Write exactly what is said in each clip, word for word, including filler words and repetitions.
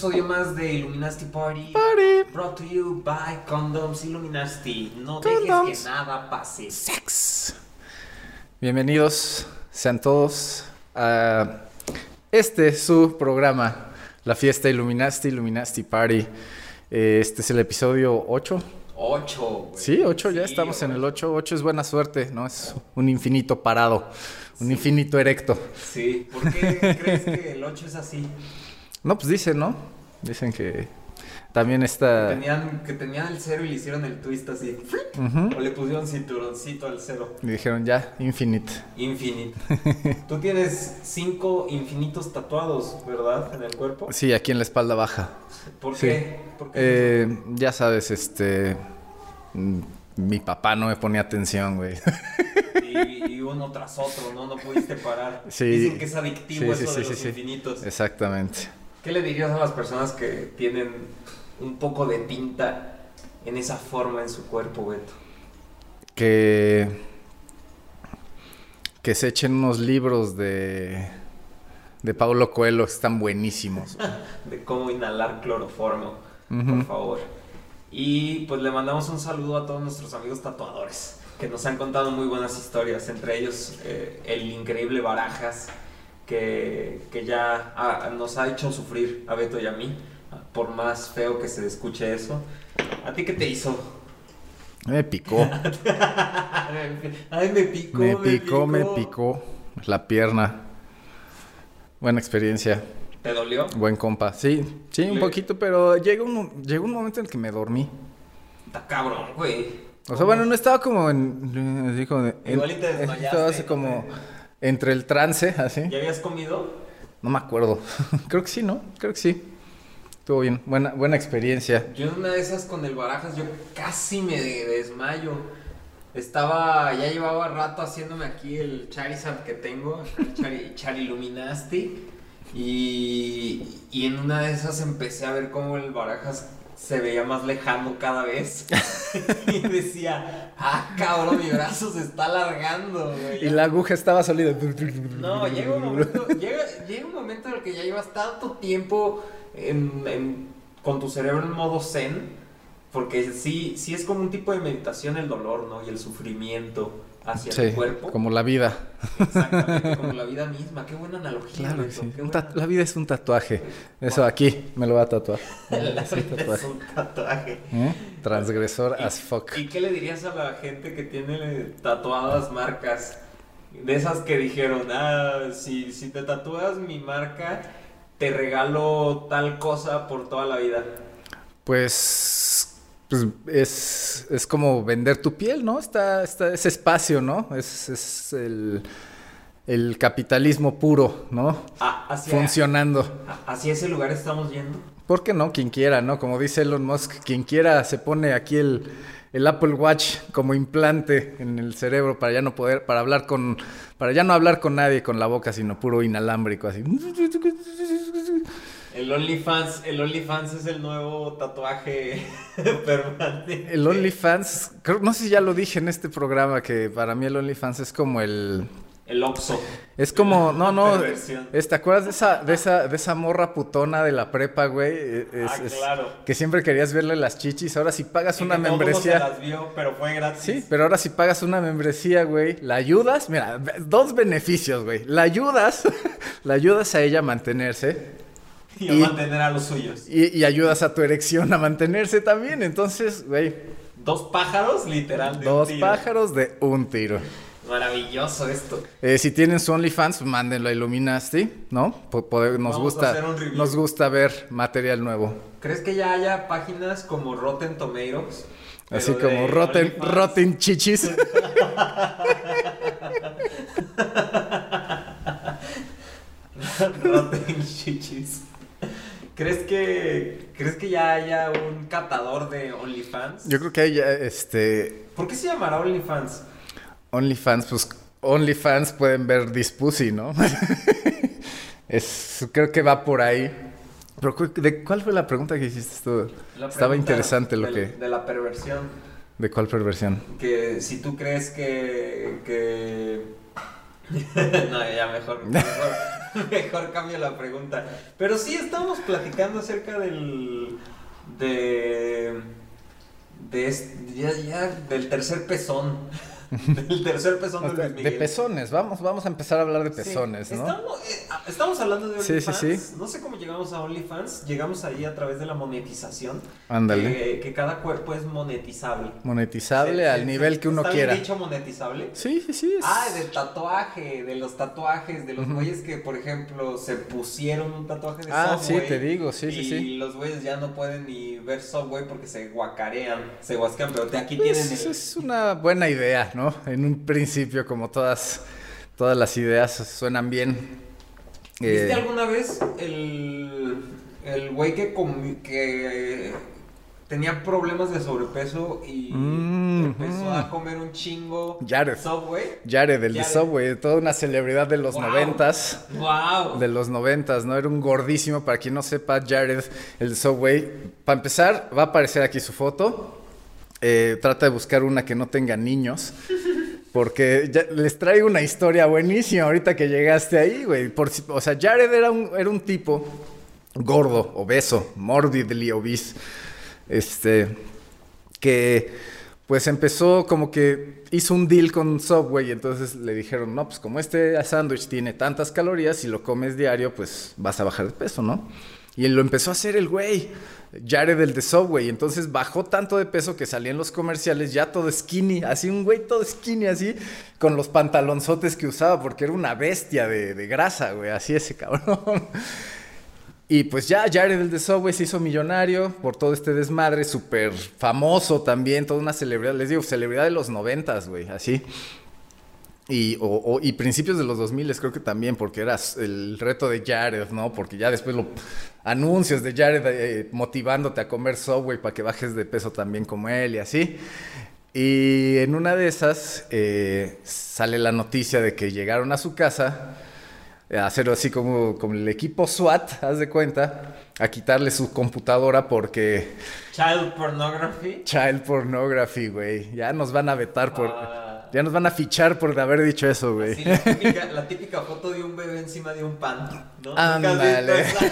episodio más de Illuminati Party. Party. Brought to you by Condoms Illuminati. No Condoms. dejes que nada pase. Sex. Bienvenidos sean todos a este su programa, la fiesta Illuminati, Illuminati Party. Eh, Este es el episodio ocho. Ocho, güey. Sí, ocho, ya Sí, estamos en güey. el ocho. ocho es buena suerte, ¿no? Es un infinito parado, un infinito erecto. Sí, ¿por qué crees que el ocho es así? No, pues dicen, ¿no? Dicen que también está... Tenían, que tenían el cero y le hicieron el twist así. Ujú. O le pusieron cinturoncito al cero. Y dijeron ya, infinite. Infinite. Tú tienes cinco infinitos tatuados, ¿verdad? En el cuerpo. Sí, aquí en la espalda baja. ¿Por Sí. qué? ¿Por qué? Eh, ya sabes, este... mm, mi papá no me ponía atención, güey. Y, y uno tras otro, ¿no? No pudiste parar. Sí. Dicen que es adictivo Sí, eso sí, de sí, los sí, sí. infinitos. Exactamente. ¿Qué le dirías a las personas que tienen un poco de tinta en esa forma en su cuerpo, Beto? Que... Que se echen unos libros de... De Paulo Coelho, que están buenísimos. De cómo inhalar cloroformo, Ujú. por favor. Y pues le mandamos un saludo a todos nuestros amigos tatuadores que nos han contado muy buenas historias, entre ellos eh, el increíble Barajas, que, que ya ha- nos ha hecho sufrir a Beto y a mí, por más feo que se escuche eso. ¿A ti qué te hizo? Me picó. Ay, me picó, Me picó, me picó la pierna. Buena experiencia, ¿Te dolió? buen compa. Sí, sí, un Le- poquito, pero llegó un, llegó un momento en el que me dormí. Está cabrón, güey. O sea, bueno, no estaba como en... así como de- en- Igual y te desmayaste, estaba así ¿no? como entre el trance, así. ¿Ya habías comido? No me acuerdo. Creo que sí, ¿no? Creo que sí. Estuvo bien. Buena, buena experiencia. Yo en una de esas con el Barajas, yo casi me de- desmayo. Estaba, ya llevaba rato haciéndome aquí el Charizard que tengo, el Chari, Charilluminasti. Y, y en una de esas empecé a ver cómo el Barajas se veía más lejano cada vez. Y decía, ah, cabrón, mi brazo se está alargando, güey. Y la aguja estaba sólida. No, llega un momento, llega, llega un momento en el que ya llevas tanto tiempo en, en- con tu cerebro en modo zen, porque sí, sí es como un tipo de meditación el dolor, ¿no? Y el sufrimiento hacia Sí, el cuerpo. como la vida. Exactamente, como la vida misma. Qué buena analogía. Claro que Beto, sí. qué Un buena- tat- la vida es un tatuaje. Eso aquí me lo va a tatuar. La Es un vida es tatuaje. un tatuaje. ¿Eh? Transgresor ¿Y- as fuck. ¿Y qué le dirías a la gente que tiene tatuadas marcas? De esas que dijeron, ah, si, si te tatúas mi marca, te regalo tal cosa por toda la vida. Pues, pues es, es como vender tu piel, ¿no? Está, está ese espacio, ¿no? Es, es el, el capitalismo puro, ¿no? Ah, hacia, Funcionando. a- hacia ese lugar estamos yendo. ¿Por qué no? Quien quiera, ¿no? Como dice Elon Musk, quien quiera se pone aquí el, el Apple Watch como implante en el cerebro para ya no poder, para hablar con, para ya no hablar con nadie con la boca, sino puro inalámbrico, así. El OnlyFans, el OnlyFans es el nuevo tatuaje permanente. El OnlyFans, creo, no sé si ya lo dije en este programa, que para mí el OnlyFans es como el... El Oxxo. Es como, no, no, Perversión. es, ¿te acuerdas de esa, de esa, de esa morra putona de la prepa, güey? Es- Ah, es- claro. Que siempre querías verle las chichis, ahora si pagas Que una todo mundo membresía... se las vio, pero fue gratis. Sí, pero ahora si pagas una membresía, güey, la ayudas, mira, ve- dos beneficios, güey. La ayudas, la ayudas a ella a mantenerse Y a Y- mantener a los suyos. y, y ayudas a tu erección a mantenerse también. Entonces, güey, Dos pájaros, literal, de dos un tiro. pájaros de un tiro. Maravilloso esto. Eh, si tienen su OnlyFans, mándenlo a Illuminati, ¿no? Po- poder- nos Vamos a gusta, hacer un review. nos gusta ver material nuevo. ¿Crees que ya haya páginas como Rotten Tomatoes? pero Así de como rotten, OnlyFans? rotten chichis. Rotten chichis. ¿Crees que, ¿Crees que ya haya un catador de OnlyFans? Yo creo que hay ya, este, ¿Por qué se llamará OnlyFans? OnlyFans, pues OnlyFans pueden ver Dispussy, ¿no? es, creo que va por ahí. Pero, cu- ¿de cuál fue la pregunta que hiciste tú? La Estaba pregunta interesante lo de, que... De la perversión. ¿De cuál perversión? Que si tú crees que... que... no, ya mejor, mejor, Mejor cambio la pregunta. Pero sí, estábamos platicando acerca del... De... de este, ya, ya, del tercer pezón. Del tercer pezón de Luis Miguel. De pezones, vamos, vamos a empezar a hablar de pezones, sí. ¿no? Estamos, eh, estamos hablando de OnlyFans. Sí, sí, sí. No sé cómo llegamos a OnlyFans. Llegamos ahí a través de la monetización. Ándale. Que, que cada cuerpo es monetizable. Monetizable Se- al se- nivel que uno ¿está quiera. bien dicho monetizable? Sí, sí, sí. es- Ah, del tatuaje, de los tatuajes, de los güeyes que, por ejemplo, se pusieron un tatuaje de Ah, sí, Subway. te digo, sí, y sí, sí. los güeyes ya no pueden ni ver Subway porque se guacarean, se guascan, pero te- aquí Pues, tienen el... es una buena idea, ¿no? En un principio, como todas, todas las ideas suenan bien. ¿Viste Eh, alguna vez el el güey que, comi- que tenía problemas de sobrepeso y Mm, empezó mm. a comer un chingo Jared. Subway? Jared, el de Jared. Subway, toda una celebridad de los Wow. noventas. ¡Wow! De los noventas, ¿no? Era un gordísimo, para quien no sepa, Jared, el de Subway. Para empezar, va a aparecer aquí su foto. Eh, trata de buscar una que no tenga niños. Porque ya les traigo una historia buenísima ahorita que llegaste ahí, güey. Por si- O sea, Jared era un, era un tipo gordo, obeso, morbidly obese. Este, que pues empezó como que hizo un deal con Subway y entonces le dijeron, no, pues como este sándwich tiene tantas calorías, si lo comes diario, pues vas a bajar de peso, ¿no? Y él lo empezó a hacer el güey, Jared el de Subway, entonces bajó tanto de peso que salía en los comerciales ya todo skinny, así un güey todo skinny, así, con los pantalonzotes que usaba, porque era una bestia de, de grasa, güey, así ese cabrón. Y pues ya Jared el de Subway se hizo millonario por todo este desmadre, súper famoso también, toda una celebridad, les digo, celebridad de los noventas, güey, así. Y, o, o- y principios de los dos mil creo que también, porque era el reto de Jared, ¿no? Porque ya después lo anuncios de Jared eh, motivándote a comer Subway para que bajes de peso también como él y así. Y en una de esas eh, sale la noticia de que llegaron a su casa a hacer así como, como el equipo SWAT, haz de cuenta, a quitarle su computadora porque Child pornography. child pornography, güey. Ya nos van a vetar por... Ah. Ya nos van a fichar por haber dicho eso, güey. Sí, la típica, la típica foto de un bebé encima de un pan, ¿no? ¿Nunca has visto Ándale. esa?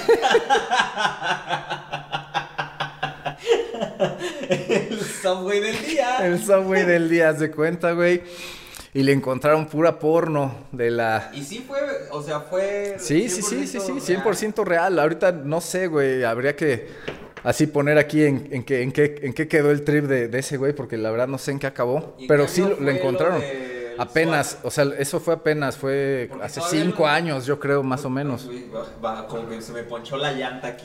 El Subway del día. El Subway del día, haz de cuenta, güey. Y le encontraron pura porno de la... Y sí fue, o sea, fue... Sí, sí, sí, sí, sí, real. cien por ciento real. Ahorita no sé, güey, habría que así poner aquí en, en, qué, en, qué, en qué quedó el trip de, de ese güey, porque la verdad no sé en qué acabó. ¿Y en Pero qué sí año lo, lo fue encontraron. lo del Apenas, SWAT? o sea, eso fue apenas, fue Porque hace todavía cinco no- años, yo creo, más o menos. Uy, va, va, como que se me ponchó la llanta aquí.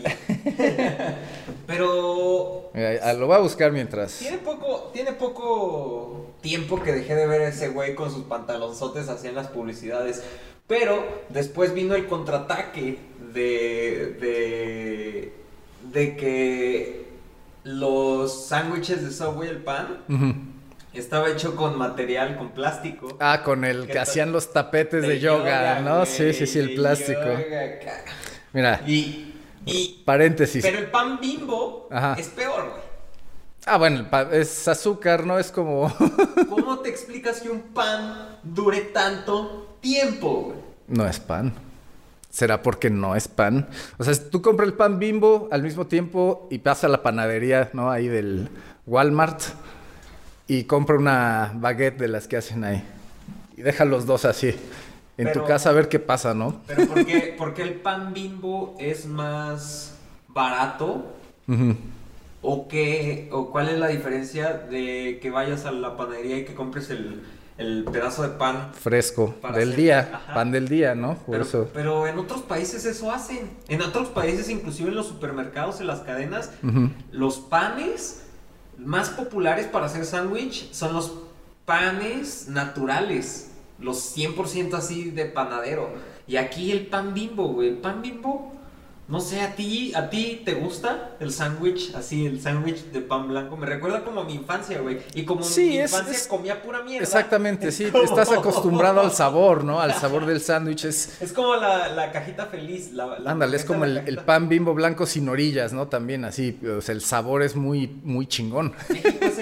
Pero... Mira, lo voy a buscar mientras. Tiene poco, tiene poco tiempo que dejé de ver a ese güey con sus pantalonzotes así en las publicidades. Pero después vino el contraataque de, de, de que los sándwiches de Subway, el pan, Ujú. estaba hecho con material, con plástico. Ah, con el ¿Qué que tal? hacían los tapetes de, yoga, ¿no? güey, Sí, sí, sí, el de plástico. yoga, ca- Mira, Y, y, paréntesis. pero el pan Bimbo Ajá. es peor, güey. Ah, bueno, el pa- es azúcar, ¿no? Es como... ¿Cómo te explicas que un pan dure tanto tiempo, güey? No es pan. ¿Será porque no es pan? O sea, tú compras el pan Bimbo al mismo tiempo y pasa a la panadería, ¿no? Ahí del Walmart y compra una baguette de las que hacen ahí. Y deja los dos así. En Pero- tu casa a ver qué pasa, ¿no? Pero ¿por qué, por qué el pan Bimbo es más barato? Ujú. ¿O qué, o cuál es la diferencia de que vayas a la panadería y que compres el, el pedazo de pan? Fresco. Para Del hacer- día. Ajá. Pan del día, ¿no? Por Pero, eso. pero en otros países eso hacen. En otros países, inclusive en los supermercados, en las cadenas, Ujú. los panes más populares para hacer sándwich son los panes naturales. Los cien por ciento así de panadero. Y aquí el pan Bimbo, güey. El pan Bimbo, no sé, ¿a ti, a ti te gusta el sándwich? Así, el sándwich de pan blanco. Me recuerda como a mi infancia, güey. Y como Sí, en mi es- infancia es- comía pura mierda. Exactamente, es sí. como- Estás acostumbrado al sabor, ¿no? Al sabor del sándwich. Es... Es como la, la cajita feliz. La, la Ándale, es hamburguesa, como la el, cajita- el pan Bimbo blanco sin orillas, ¿no? También así, o sea, el sabor es muy, muy chingón. México es el único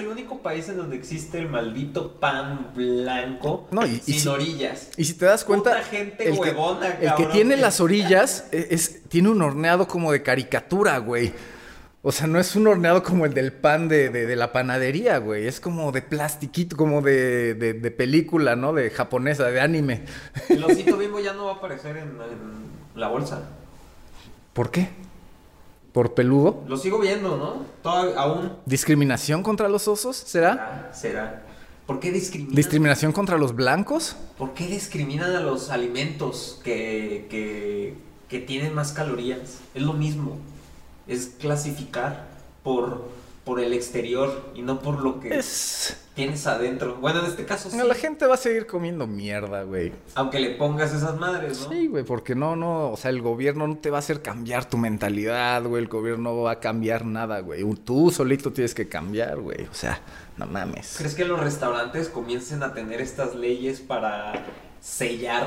país en donde existe el maldito pan blanco no, y, sin y si, orillas. Y si te das cuenta, Puta gente el, huevona, que, el que tiene las orillas es, es, tiene un horneado como de caricatura, güey. O sea, no es un horneado como el del pan de, de, de la panadería, güey. Es como de plastiquito, como de, de, de película, ¿no? De japonesa, de anime. El osito Bimbo ya no va a aparecer en, en la bolsa. ¿Por qué? ¿Por peludo? Lo sigo viendo, ¿no? Todavía, aún. ¿Discriminación contra los osos? ¿Será? Será, será. ¿Por qué discriminan? ¿Discriminación contra los blancos? ¿Por qué discriminan a los alimentos que, que, que tienen más calorías? Es lo mismo. Es clasificar por, por el exterior y no por lo que es... tienes adentro. Bueno, en este caso sí. No, la gente va a seguir comiendo mierda, güey. Aunque le pongas esas madres, ¿no? Sí, güey, porque no, no, o sea, el gobierno no te va a hacer cambiar tu mentalidad, güey. El gobierno no va a cambiar nada, güey. Tú solito tienes que cambiar, güey. O sea, no mames. ¿Crees que los restaurantes comiencen a tener estas leyes para sellar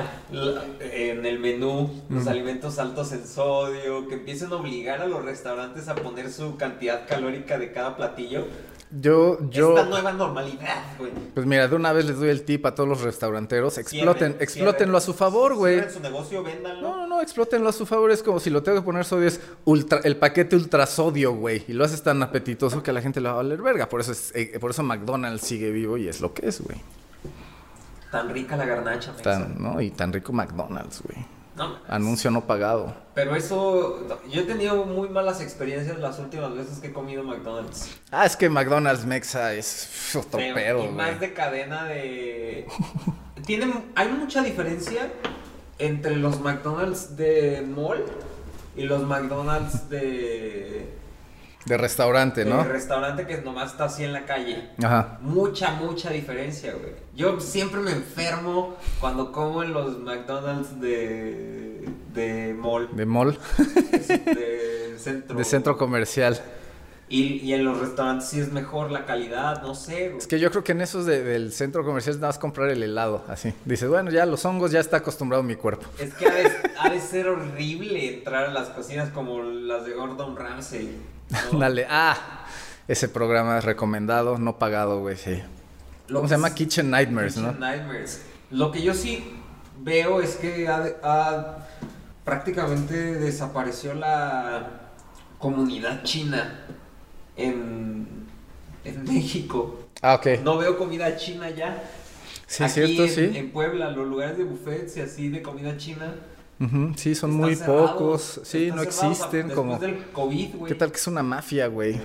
en el menú los mm. alimentos altos en sodio, que empiecen a obligar a los restaurantes a poner su cantidad calórica de cada platillo? Yo, yo... Esta nueva normalidad, güey. Pues mira, de una vez les doy el tip a todos los restauranteros. Exploten, cierren, explótenlo cierren, a su favor, güey. Cierren su negocio, véndanlo. No, no, no, explótenlo a su favor. Es como si lo tengo que poner sodio, es ultra, el paquete ultra sodio, güey. Y lo haces tan apetitoso que a la gente le va a valer verga. Por eso, es, eh, por eso McDonald's sigue vivo y es lo que es, güey. Tan rica la garnacha, tan, ¿no? Y tan rico McDonald's, güey. No, anuncio no pagado. Pero eso, yo he tenido muy malas experiencias las últimas veces que he comido McDonald's. Ah, es que McDonald's Mexa es otro Pero, pedo, y más güey. de cadena de... Tienen, hay mucha diferencia entre los McDonald's de mall y los McDonald's de... De restaurante, de ¿no? De restaurante que nomás está así en la calle. Ajá. Mucha, mucha diferencia, güey. Yo siempre me enfermo cuando como en los McDonald's de... De mall. De mall. De centro. De centro comercial. Y, y en los restaurantes sí es mejor la calidad, no sé, güey. Es que yo creo que en esos de, del centro comercial es nada más comprar el helado, así. Dices, bueno, ya los hongos ya está acostumbrado mi cuerpo. Es que ha de, ha de ser horrible entrar a las cocinas como las de Gordon Ramsay, ¿no? Dale, ah, ese programa es recomendado, no pagado, güey, sí. Lo ¿Cómo se llama? Kitchen Nightmares, Kitchen ¿no? Nightmares. Lo que yo sí veo es que ha, ha prácticamente desapareció la comunidad china en, en México. Ah, ok. No veo comida china ya. Sí, Aquí cierto, en, sí. en Puebla, los lugares de buffets y así de comida china. Uh-huh, sí, son muy cerrados, pocos. Sí, no existen. Después como del COVID, güey. ¿Qué tal que es una mafia, güey?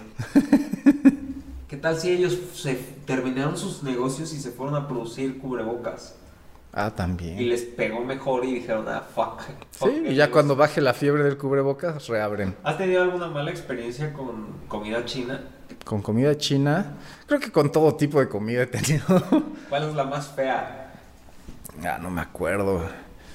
¿Qué tal si ellos se terminaron sus negocios y se fueron a producir cubrebocas? Ah, también. Y les pegó mejor y dijeron, ah, fuck. fuck Sí, y ya cuando baje la fiebre del cubrebocas, reabren. ¿Has tenido alguna mala experiencia con comida china? ¿Con comida china? Creo que con todo tipo de comida he tenido. ¿Cuál es la más fea? Ah, no me acuerdo.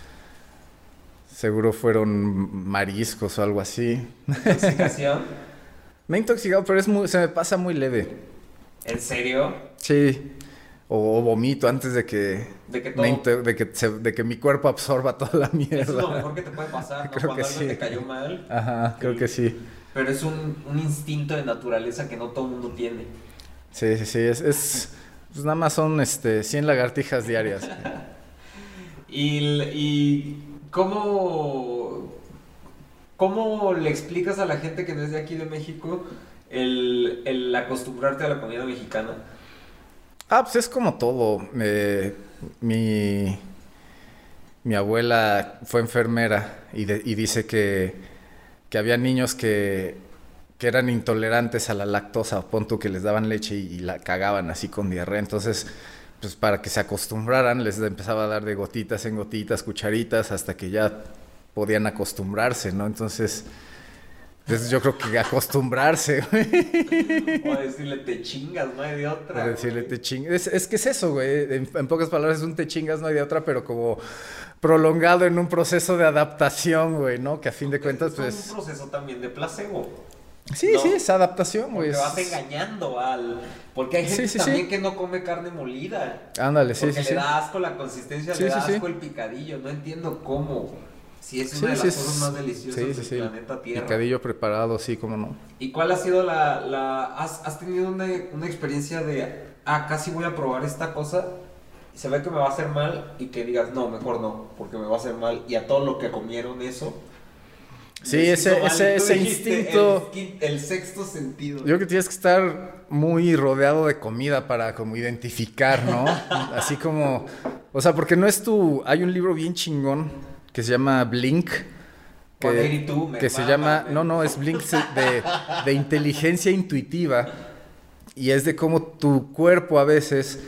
Seguro fueron mariscos o algo así. ¿Intoxicación? Me he intoxicado, pero es muy, se me pasa muy leve. ¿En serio? Sí. O, o vomito antes de que... ¿De que todo? Me inter- de, que se- de que mi cuerpo absorba toda la mierda. Eso es lo mejor que te puede pasar, ¿no? Creo Cuando que algo sí. te cayó mal. Ajá, creo Sí. que sí. Pero es un, un instinto de naturaleza que no todo el mundo tiene. Sí, sí, sí. Es, es pues nada más son este, cien lagartijas diarias. Y, y ¿cómo, ¿cómo le explicas a la gente que no es de aquí de México el, el acostumbrarte a la comida mexicana? Ah, pues es como todo. Eh, mi, mi abuela fue enfermera y, de- y dice que, que había niños que, que eran intolerantes a la lactosa. Pon tú que les daban leche y, y la cagaban así con diarrea. Entonces, pues para que se acostumbraran, les empezaba a dar de gotitas en gotitas, cucharitas, hasta que ya podían acostumbrarse, ¿no? Entonces, pues yo creo que acostumbrarse, güey. O decirle te chingas, no hay de otra. Para decirle güey. te chingas. Es, es que es eso, güey. En, en pocas palabras es un te chingas, no hay de otra, pero como prolongado en un proceso de adaptación, güey, ¿no? Que a fin de cuentas, Es pues... un proceso también de placebo. Sí, ¿no? sí, es adaptación, güey. Porque es- vas engañando al... Porque hay gente Sí, sí, también sí. que no come carne molida. Ándale, sí, Porque sí, le sí. da asco la consistencia, Sí, le da sí, sí. asco el picadillo. No entiendo cómo. Si es Sí, una de sí, las es- cosas más deliciosas sí, sí, del sí. planeta Tierra. Picadillo preparado, sí, cómo no. ¿Y cuál ha sido la... la has, has tenido una, una experiencia de ah, casi voy a probar esta cosa, y se ve que me va a hacer mal, y que digas, no, mejor no, porque me va a hacer mal, y a todo lo que comieron eso. Sí, ese, ese, ese dijiste, instinto. El, el sexto sentido. Yo creo que tienes que estar muy rodeado de comida para como identificar, ¿no? Así como, o sea, porque no es tu... Hay un libro bien chingón que se llama Blink. Que, tú, que se llama... Me... No, no, es Blink de, de inteligencia intuitiva. Y es de cómo tu cuerpo a veces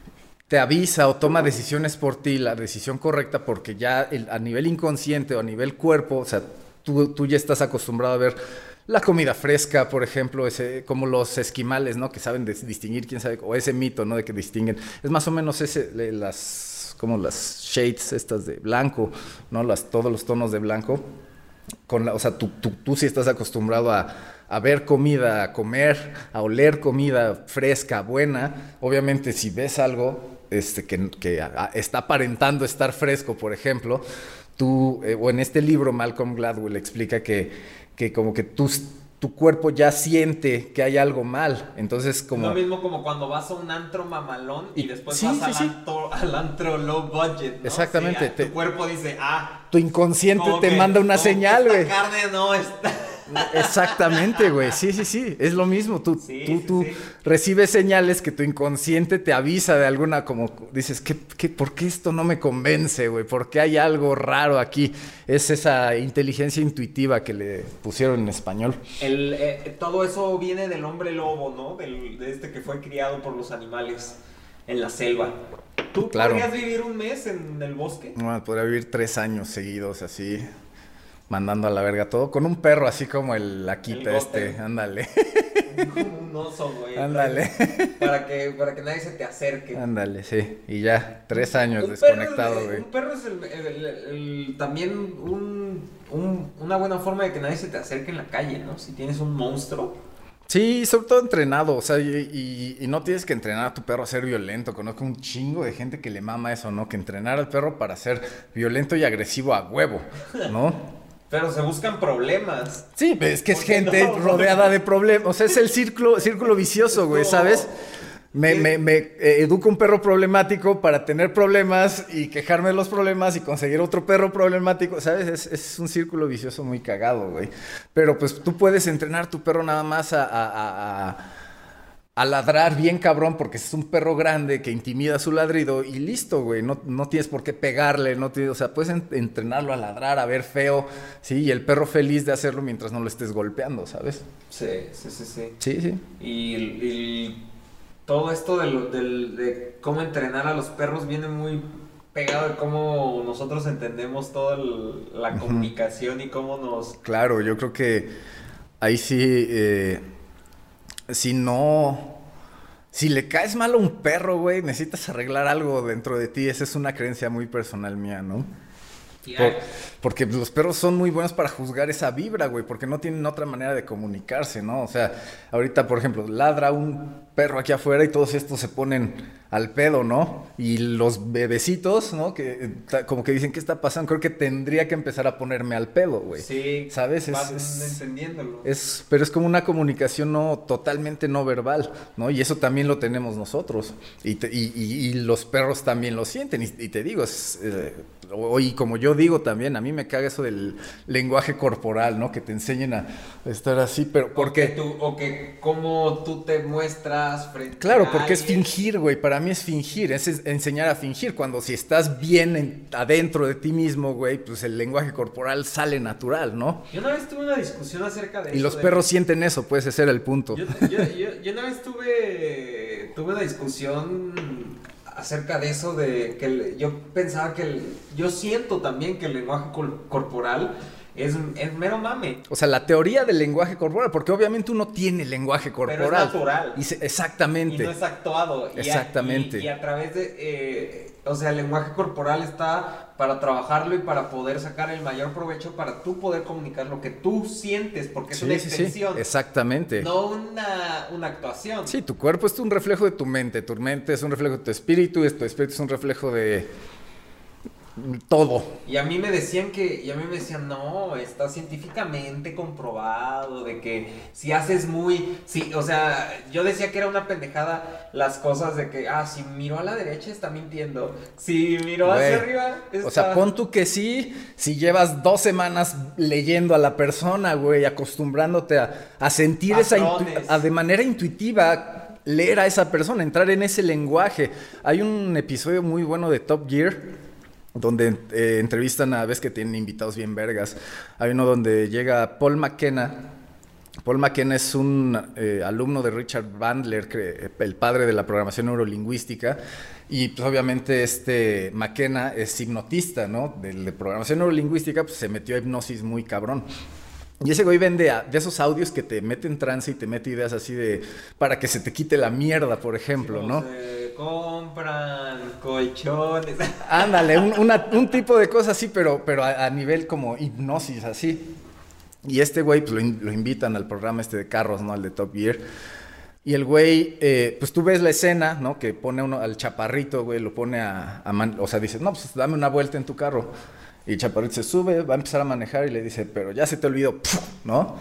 te avisa o toma decisiones por ti, la decisión correcta, porque ya el, a nivel inconsciente o a nivel cuerpo, o sea, tú, tú ya estás acostumbrado a ver la comida fresca, por ejemplo, ese, como los esquimales, ¿no? Que saben distinguir, quién sabe, o ese mito, ¿no? De que distinguen. Es más o menos ese, las, como las shades estas de blanco, ¿no? Las, todos los tonos de blanco. Con la, o sea, tú, tú, tú sí estás acostumbrado a, a ver comida, a comer, a oler comida fresca, buena. Obviamente, si ves algo este, que, que a, a, está aparentando estar fresco, por ejemplo, tú, eh, o en este libro Malcolm Gladwell explica que, que como que tú, tu cuerpo ya siente que hay algo mal, entonces como... Lo mismo como cuando vas a un antro mamalón y, y después sí, vas sí, al, sí. Antro, al antro low budget, ¿no? Exactamente. Sí, te, tu cuerpo dice, ah... Tu inconsciente te que, manda una señal, güey. Esta carne no está... Exactamente, güey. Sí, sí, sí. Es lo mismo. Tú, sí, tú, sí, tú sí. recibes señales que tu inconsciente te avisa de alguna, como dices, ¿qué, qué, ¿por qué esto no me convence, güey? ¿Por qué hay algo raro aquí? Es esa inteligencia intuitiva que le pusieron en español. El, eh, todo eso viene del hombre lobo, ¿no? Del, de este que fue criado por los animales en la selva. ¿Tú claro. podrías vivir un mes en el bosque? No, podría vivir tres años seguidos así... Mandando a la verga todo, con un perro así como el Akita el este, ándale. Como un oso, güey. Ándale. Para que, para que nadie se te acerque. Ándale, sí. Y ya, tres años un desconectado, güey. Un perro es el, el, el, el, también un, un, una buena forma de que nadie se te acerque en la calle, ¿no? Si tienes un monstruo. Sí, sobre todo entrenado, o sea, y, y, y no tienes que entrenar a tu perro a ser violento. Conozco un chingo de gente que le mama eso, ¿no? Que entrenar al perro para ser violento y agresivo a huevo, ¿no? Pero se buscan problemas. Sí, es que es gente no? rodeada de problemas. O sea, es el círculo, círculo vicioso, güey, ¿sabes? Me, me, me eh, educo un perro problemático para tener problemas y quejarme de los problemas y conseguir otro perro problemático, ¿sabes? Es, es un círculo vicioso muy cagado, güey. Pero pues tú puedes entrenar a tu perro nada más a... a, a, a a ladrar bien cabrón porque es un perro grande que intimida su ladrido y listo, güey, no, no tienes por qué pegarle, no tienes, o sea, puedes entrenarlo a ladrar, a ver feo, sí, y el perro feliz de hacerlo mientras no lo estés golpeando, ¿sabes? Sí, sí, sí, sí. Sí, sí. Y, y todo esto de, lo, de, de cómo entrenar a los perros viene muy pegado de cómo nosotros entendemos toda el, la comunicación y cómo nos... Claro, yo creo que ahí sí... Eh... Si no... Si le caes mal a un perro, güey, necesitas arreglar algo dentro de ti. Esa es una creencia muy personal mía, ¿no? Por, porque los perros son muy buenos para juzgar esa vibra, güey, porque no tienen otra manera de comunicarse, ¿no? O sea, ahorita, por ejemplo, ladra un perro aquí afuera y todos estos se ponen al pedo, ¿no? Y los bebecitos, ¿no? Que como que dicen, ¿qué está pasando? Creo que tendría que empezar a ponerme al pedo, güey. Sí, ¿sabes? Vas es, es, entendiéndolo. Es, pero es como una comunicación no totalmente no verbal, ¿no? Y eso también lo tenemos nosotros. Y, te, y, y, y los perros también lo sienten. Y, y te digo, es... Eh, y como yo digo también, a mí me caga eso del lenguaje corporal, ¿no? Que te enseñen a estar así, pero porque... O que, tú, o que cómo tú te muestras frente Claro, a porque alguien. Es fingir, güey, para mí es fingir, es enseñar a fingir. Cuando si estás bien en, adentro de ti mismo, güey, pues el lenguaje corporal sale natural, ¿no? Yo una vez tuve una discusión acerca de y eso. Y los de... perros sienten eso, pues ese era el punto. Yo, yo, yo, yo una vez tuve, tuve una discusión... acerca de eso, de que el, yo pensaba que el, yo siento también que el lenguaje col, corporal es, es mero mame. O sea, la teoría del lenguaje corporal, porque obviamente uno tiene lenguaje corporal. Pero es natural. Y se, exactamente. Y no es actuado. Exactamente. Y a, y, y a través de, eh, o sea, el lenguaje corporal está para trabajarlo y para poder sacar el mayor provecho para tú poder comunicar lo que tú sientes, porque es sí, una sí, extensión. Sí, exactamente. No una, una actuación. Sí, tu cuerpo es un reflejo de tu mente, tu mente es un reflejo de tu espíritu, y tu espíritu es un reflejo de... todo. Y a mí me decían que, y a mí me decían, no, está científicamente comprobado de que si haces muy, sí, o sea, yo decía que era una pendejada las cosas de que, ah, si miró a la derecha está mintiendo, si miró Güey, hacia arriba está... O sea, pon tú que sí, si llevas dos semanas leyendo a la persona, güey, acostumbrándote a, a sentir esa, intu- a, de manera intuitiva, leer a esa persona, entrar en ese lenguaje. Hay un episodio muy bueno de Top Gear donde eh, entrevistan a, ves que tienen invitados bien vergas. Hay uno donde llega Paul McKenna. Paul McKenna es un eh, alumno de Richard Bandler, que, el padre de la programación neurolingüística, y pues obviamente este McKenna es hipnotista, ¿no? De, de programación neurolingüística, pues se metió a hipnosis muy cabrón. Y ese güey vende a, de esos audios que te meten trance y te mete ideas así de... para que se te quite la mierda, por ejemplo, sí, ¿no? Se compran colchones. Ándale, un, una, un tipo de cosas así, pero, pero a, a nivel como hipnosis, así. Y este güey, pues lo, in, lo invitan al programa este de carros, ¿no? Al de Top Gear. Y el güey, eh, pues tú ves la escena, ¿no? Que pone uno al chaparrito, güey, lo pone a... a man, o sea, dice, no, pues dame una vuelta en tu carro. Y Chaparrito se sube, va a empezar a manejar y le dice, pero ya se te olvidó, ¿no?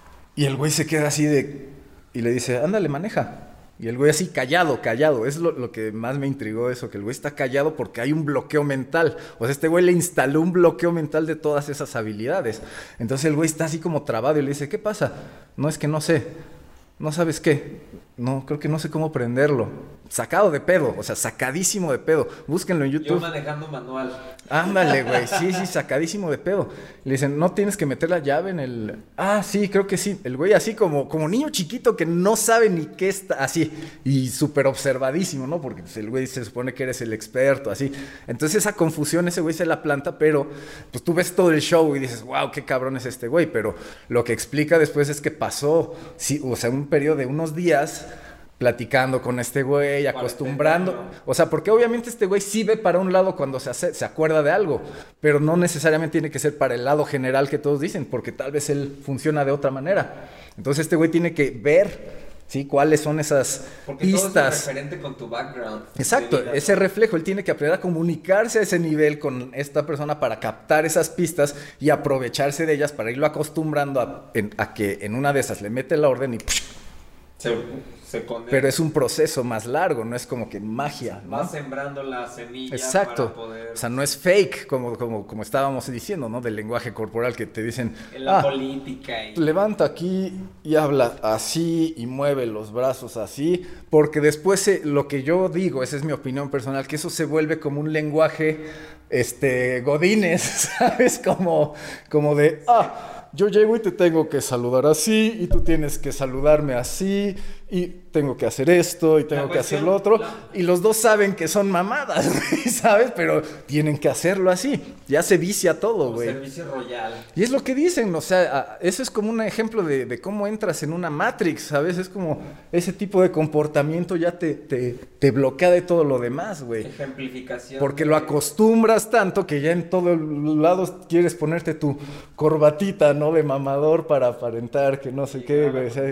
Y el güey se queda así de... Y le dice, ándale, maneja. Y el güey así callado, callado. Es lo, lo que más me intrigó eso, que el güey está callado porque hay un bloqueo mental. O sea, este güey le instaló un bloqueo mental de todas esas habilidades. Entonces el güey está así como trabado y le dice, ¿qué pasa? No, es que no sé. ¿No sabes qué? No, creo que no sé cómo prenderlo. Sacado de pedo, o sea, sacadísimo de pedo. Búsquenlo en YouTube. Yo manejando manual. Ándale, güey, sí, sí, sacadísimo de pedo. Le dicen, ¿no tienes que meter la llave en el...? Ah, sí, creo que sí. El güey así como, como niño chiquito que no sabe ni qué está... Así, y súper observadísimo, ¿no? Porque pues, el güey se supone que eres el experto, así. Entonces esa confusión, ese güey se la planta, pero pues tú ves todo el show y dices, wow, qué cabrón es este güey. Pero lo que explica después es que pasó, sí, o sea, un periodo de unos días... platicando con este güey, acostumbrando, o sea, porque obviamente este güey sí ve para un lado cuando se, hace, se acuerda de algo, pero no necesariamente tiene que ser para el lado general que todos dicen, porque tal vez él funciona de otra manera. Entonces este güey tiene que ver, ¿sí? Cuáles son esas porque pistas. Todo es referente con tu background. Exacto, vida, ese ¿no? reflejo, él tiene que aprender a comunicarse a ese nivel con esta persona para captar esas pistas y aprovecharse de ellas para irlo acostumbrando a, en, a que en una de esas le mete la orden y... Se, se conecta. Pero es un proceso más largo, no es como que magia, ¿no? Vas sembrando la semilla. Exacto. Para poder... O sea, no es fake, como, como, como estábamos diciendo, ¿no? Del lenguaje corporal que te dicen... En la ah, política. Y... levanta aquí y habla así y mueve los brazos así, porque después se, lo que yo digo, esa es mi opinión personal, que eso se vuelve como un lenguaje, este, godines, ¿sabes? Como, como de... ah, yo llego y te tengo que saludar así, y tú tienes que saludarme así, y tengo que hacer esto, y tengo que hacer lo otro, la... y los dos saben que son mamadas, ¿sabes? Pero tienen que hacerlo así, ya se vicia todo, güey. Servicio royal. Y es lo que dicen, o sea, eso es como un ejemplo de, de cómo entras en una Matrix, ¿sabes? Es como ese tipo de comportamiento ya te, te, te bloquea de todo lo demás, güey. Ejemplificación. Porque de... lo acostumbras tanto que ya en todos lados quieres ponerte tu corbatita, ¿no? De mamador para aparentar que no sé sí, qué, güey. O sea,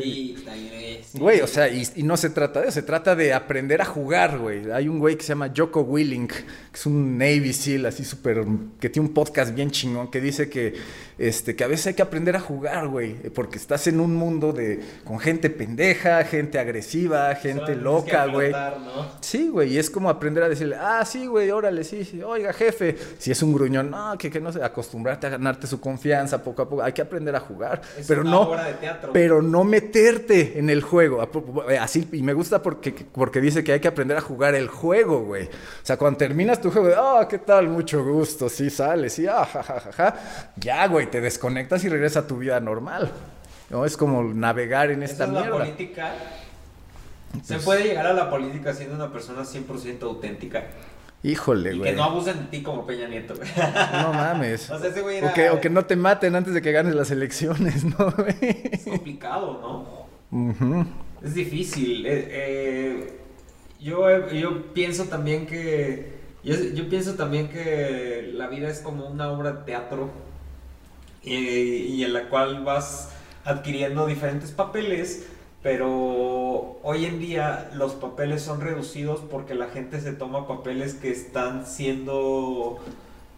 güey, o sea, y, y no se trata de eso, se trata de aprender a jugar, güey. Hay un güey que se llama Jocko Willink, que es un Navy SEAL así súper, que tiene un podcast bien chingón, que dice que, este, que a veces hay que aprender a jugar, güey, porque estás en un mundo de, con gente pendeja, gente agresiva, gente solo loca, güey. ¿No? Sí, güey, y es como aprender a decirle, ah, sí, güey, órale, sí, sí, oiga, jefe. Si es un gruñón, no, que, que no sé, acostumbrarte a ganarte su confianza poco a poco, hay que aprender a jugar, es pero una no, obra de teatro. Pero no meterte en el juego, así, y me gusta porque, porque dice que hay que aprender a jugar el juego, güey. O sea, cuando terminas tu juego, ah, oh, ¿qué tal? Mucho gusto, sí, sales, sí, ah, ja, ja, ja, ja. Ya, güey, te desconectas y regresas a tu vida normal, ¿no? Es como navegar en esta Esa es mierda. La política. Pues, se puede llegar a la política siendo una persona cien por ciento auténtica. Híjole, güey. Y que no abusen de ti como Peña Nieto, güey. No mames. O sea, ese güey era... O que, o que no te maten antes de que ganes las elecciones, ¿no, güey? Es complicado, ¿no? Uh-huh. Es difícil. Eh, eh, yo, yo pienso también que... Yo, yo pienso también que la vida es como una obra de teatro y, y en la cual vas adquiriendo diferentes papeles, pero hoy en día los papeles son reducidos porque la gente se toma papeles que están siendo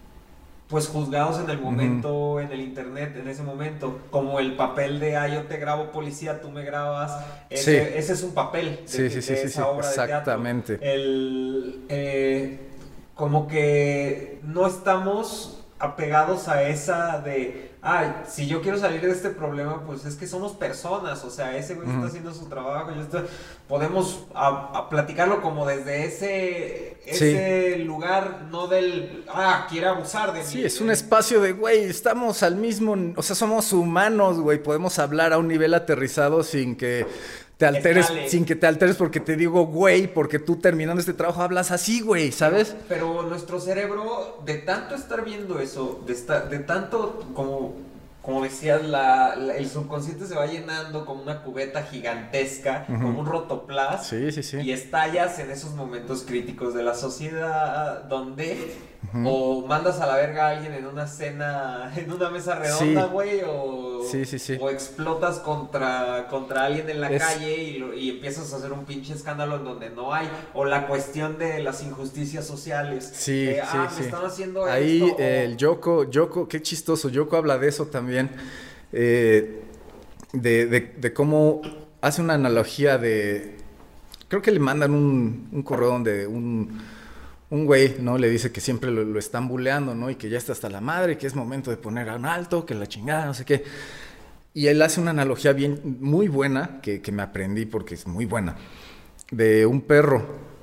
pues juzgados en el momento, uh-huh. en el internet, en ese momento, como el papel de, ah, yo te grabo policía, tú me grabas, ese, sí. ese es un papel de, sí, sí, sí, de sí, esa sí, obra exactamente. de teatro. El, eh, como que no estamos apegados a esa de, ay, si yo quiero salir de este problema, pues es que somos personas, o sea, ese güey uh-huh. está haciendo su trabajo, yo estoy, podemos a, a platicarlo como desde ese, ese sí. lugar, no del, ah, quiere abusar de mí. Sí, es un espacio de, güey, estamos al mismo, o sea, somos humanos, güey, podemos hablar a un nivel aterrizado sin que te alteres, Escale. sin que te alteres porque te digo, güey, porque tú terminando este trabajo hablas así, güey, ¿sabes? Pero, pero nuestro cerebro, de tanto estar viendo eso, de, esta, de tanto, como, como decías, la, la, el subconsciente se va llenando como una cubeta gigantesca, uh-huh. como un rotoplas, sí, sí, sí. y estallas en esos momentos críticos de la sociedad donde... Uh-huh. O mandas a la verga a alguien en una cena, en una mesa redonda, güey, sí. o, sí, sí, sí. o explotas contra, contra alguien en la es... calle y, lo, y empiezas a hacer un pinche escándalo en donde no hay, o la cuestión de las injusticias sociales. Sí, de, sí, ah, sí. me están haciendo Ahí esto. eh, el Yoko, Yoko, qué chistoso, Yoko habla de eso también, eh, de, de, de cómo hace una analogía de, creo que le mandan un, un correo donde un... Un güey, ¿no? Le dice que siempre lo, lo están buleando, ¿no? Y que ya está hasta la madre, que es momento de poner a un alto, que la chingada, no sé qué. Y él hace una analogía bien, muy buena, que, que me aprendí porque es muy buena, de un perro.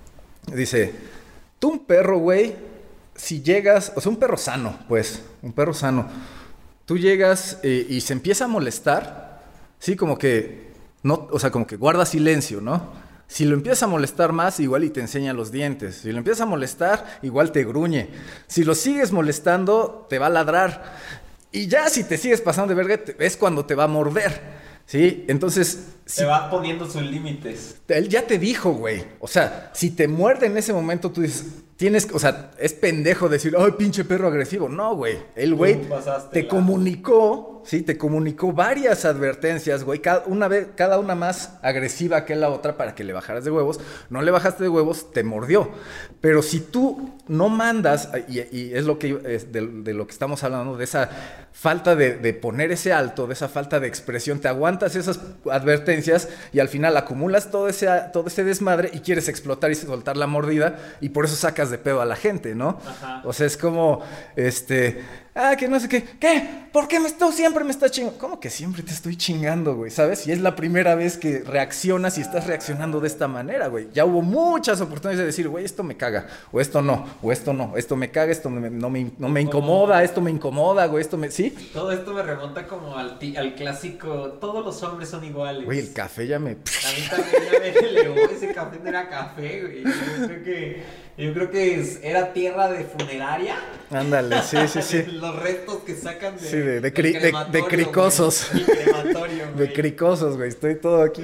Dice, tú un perro, güey, si llegas, o sea, un perro sano, pues, un perro sano, tú llegas eh, y se empieza a molestar, sí, como que, no, o sea, como que guarda silencio, ¿no? Si lo empiezas a molestar más, igual y te enseña los dientes. Si lo empiezas a molestar, igual te gruñe. Si lo sigues molestando, te va a ladrar. Y ya si te sigues pasando de verga, es cuando te va a morder, ¿sí? Entonces... Te si, va poniendo sus límites. Él ya te dijo, güey. O sea, si te muerde en ese momento, tú dices... Tienes, o sea, es pendejo decir, ay, pinche perro agresivo. No, güey. El güey te la... comunicó, sí, te comunicó varias advertencias, güey. Cada una vez, cada una más agresiva que la otra para que le bajaras de huevos. No le bajaste de huevos, te mordió. Pero si tú no mandas, y, y es lo que es de, de lo que estamos hablando, de esa falta de, de poner ese alto, de esa falta de expresión, te aguantas esas advertencias y al final acumulas todo ese, todo ese desmadre y quieres explotar y soltar la mordida y por eso sacas de pedo a la gente, ¿no? Ajá. O sea, es como, este, ah, que no sé qué, ¿qué? ¿Por qué me estoy, siempre me estás chingando? ¿Cómo que siempre te estoy chingando, güey? ¿Sabes? Y es la primera vez que reaccionas y estás reaccionando de esta manera, güey. Ya hubo muchas oportunidades de decir, güey, esto me caga, o esto no, o esto no, esto me caga, esto me, no, me, no me incomoda, esto me incomoda, güey, esto me, ¿sí? Todo esto me remonta como al, al clásico, todos los hombres son iguales. Güey, el café ya me... A mí también ya me elevó, ese café no era café, güey. Yo creo que, yo creo que es, era tierra de funeraria. Ándale, sí, sí, sí. Los restos que sacan de... Sí, de, de, cri, de, de cricosos. Güey. El crematorio, güey. De cricosos, güey, estoy todo aquí.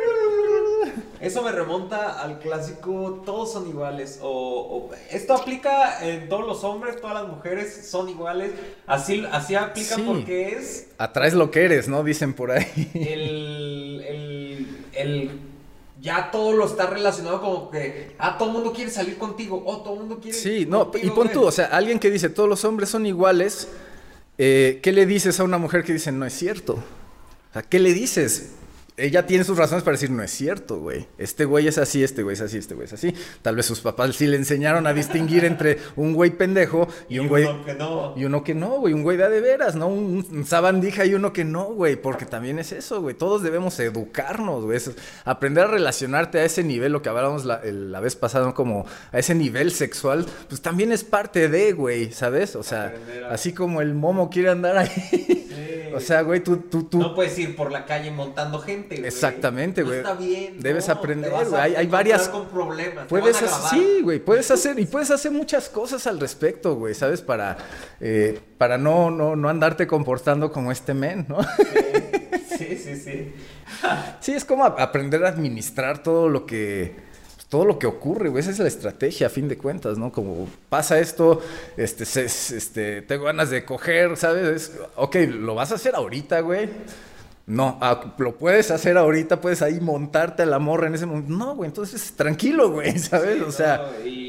Eso me remonta al clásico, todos son iguales, o, o esto aplica en todos los hombres, todas las mujeres son iguales, así, así aplica sí. Porque es... Atraes lo que eres, ¿no? Dicen por ahí. El, el, el, ya todo lo está relacionado como que, ah, todo el mundo quiere salir contigo, o todo el mundo quiere... Sí, no, contigo, y pon tú, o sea, alguien que dice, todos los hombres son iguales, eh, ¿qué le dices a una mujer que dice, no es cierto? O sea, ¿qué le dices? Ella tiene sus razones para decir, no es cierto, güey. Este güey es así, este güey es así, este güey es así. Tal vez sus papás sí le enseñaron a distinguir entre un güey pendejo y, y un güey... uno que no. Y uno que no, güey. Un güey de a de veras, ¿no? Un, un sabandija y uno que no, güey. Porque también es eso, güey. Todos debemos educarnos, güey. Aprender a relacionarte a ese nivel, lo que hablábamos la, la vez pasada, ¿no? Como a ese nivel sexual, pues también es parte de, güey, ¿sabes? O sea, a... así como el momo quiere andar ahí... Sí. O sea, güey, tú, tú, tú... No puedes ir por la calle montando gente, güey. Exactamente, güey. No está bien. Debes no, aprender, güey. Hay, hay varias... con problemas. Puedes hacer... Sí, güey. Puedes hacer... Y puedes hacer muchas cosas al respecto, güey. ¿Sabes? Para... Eh, para no, no, no andarte comportando como este men, ¿no? Sí, sí, sí. Sí, sí es como aprender a administrar todo lo que... todo lo que ocurre, güey, esa es la estrategia a fin de cuentas, ¿no? Como pasa esto, este, se, este, tengo ganas de coger, ¿sabes? Es, ok, ¿lo vas a hacer ahorita, güey? No, ah, lo puedes hacer ahorita, puedes ahí montarte a la morra en ese momento. No, güey, entonces tranquilo, güey, ¿sabes? Sí, o sea... No, y,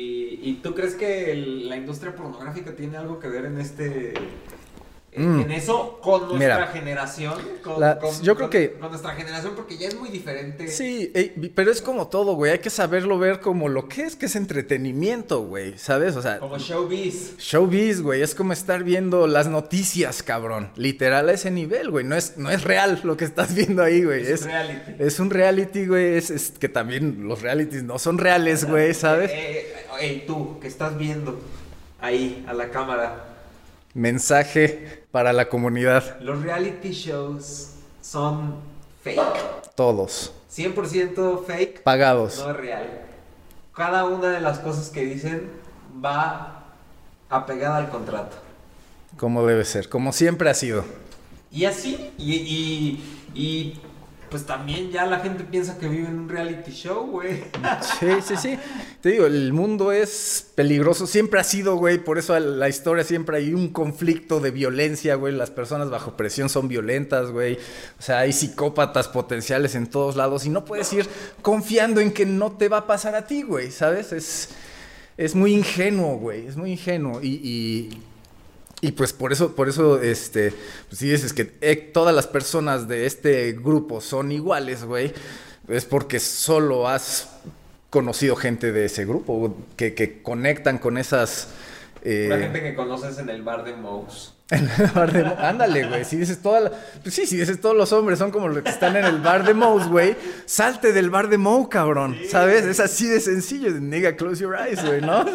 ¿Y tú crees que el- la industria pornográfica tiene algo que ver en este... Mm. en eso con nuestra Mira, generación? Con, la- con- yo creo con- que- Con nuestra generación, porque ya es muy diferente. Sí, ey, pero es como todo, güey. Hay que saberlo ver como lo que es, que es entretenimiento, güey. ¿Sabes? O sea, Como showbiz. showbiz, güey. Es como estar viendo las noticias, cabrón. Literal a ese nivel, güey. No es, no es real lo que estás viendo ahí, güey. Es un reality. Es un reality, güey. Es, es que también los realities no son reales, güey, ¿sabes? Eh, eh, ey, tú, que estás viendo ahí a la cámara. Mensaje para la comunidad. Los reality shows son fake. Todos. cien por ciento fake. Pagados. No es real. Cada una de las cosas que dicen va apegada al contrato. Como debe ser. Como siempre ha sido. Y así, y, y, y pues también ya la gente piensa que vive en un reality show, güey. Sí, sí, sí. Te digo, el mundo es peligroso. Siempre ha sido, güey. Por eso la historia siempre hay un conflicto de violencia, güey. Las personas bajo presión son violentas, güey. O sea, hay psicópatas potenciales en todos lados. Y no puedes ir confiando en que no te va a pasar a ti, güey. ¿Sabes? Es, es muy ingenuo, güey. Es muy ingenuo. Y... y Y pues por eso, por eso, este, pues si dices que eh, todas las personas de este grupo son iguales, güey, es porque solo has conocido gente de ese grupo, que, que conectan con esas... Eh, La gente que conoces en el bar de Mouse. En el bar de Mouse. Ándale, güey. Si dices toda la... Pues sí, si dices todos los hombres son como los que están en el bar de Mouse, güey. Salte del bar de Mouse, cabrón. Sí. ¿Sabes? Es así de sencillo. Nigga, close your eyes, güey, ¿no?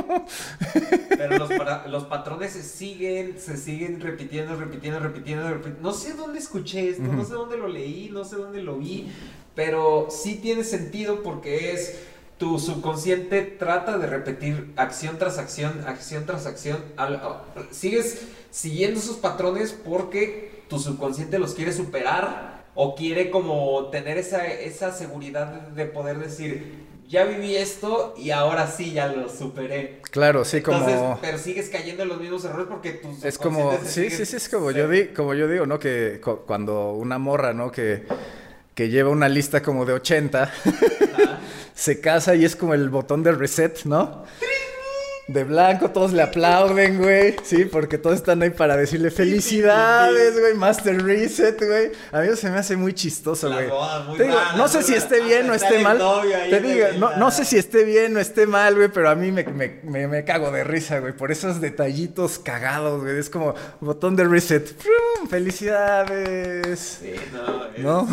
Pero los, para, los patrones se siguen, se siguen repitiendo, repitiendo, repitiendo, repitiendo. No sé dónde escuché esto, uh-huh. no sé dónde lo leí, no sé dónde lo vi. Pero sí tiene sentido porque es... Tu subconsciente trata de repetir acción tras acción, acción tras acción. Al, al, sigues siguiendo esos patrones porque tu subconsciente los quiere superar o quiere como tener esa, esa seguridad de poder decir, ya viví esto y ahora sí ya lo superé. Claro, sí, como... Entonces, pero sigues cayendo en los mismos errores porque tus es como, sí, sí, sí, es como yo, di, como yo digo, ¿no? Que cu- cuando una morra, ¿no? Que, que lleva una lista como de ochenta... se casa y es como el botón de reset, ¿no? De blanco, todos le aplauden, güey. Sí, porque todos están ahí para decirle felicidades, güey. Master Reset, güey. A mí eso se me hace muy chistoso, güey. Te digo, no sé si esté bien o esté mal. Te digo, no, no sé si esté bien o esté mal, güey, pero a mí me, me, me, me cago de risa, güey. Por esos detallitos cagados, güey. Es como botón de reset. Felicidades. Sí, no. Es... ¿No?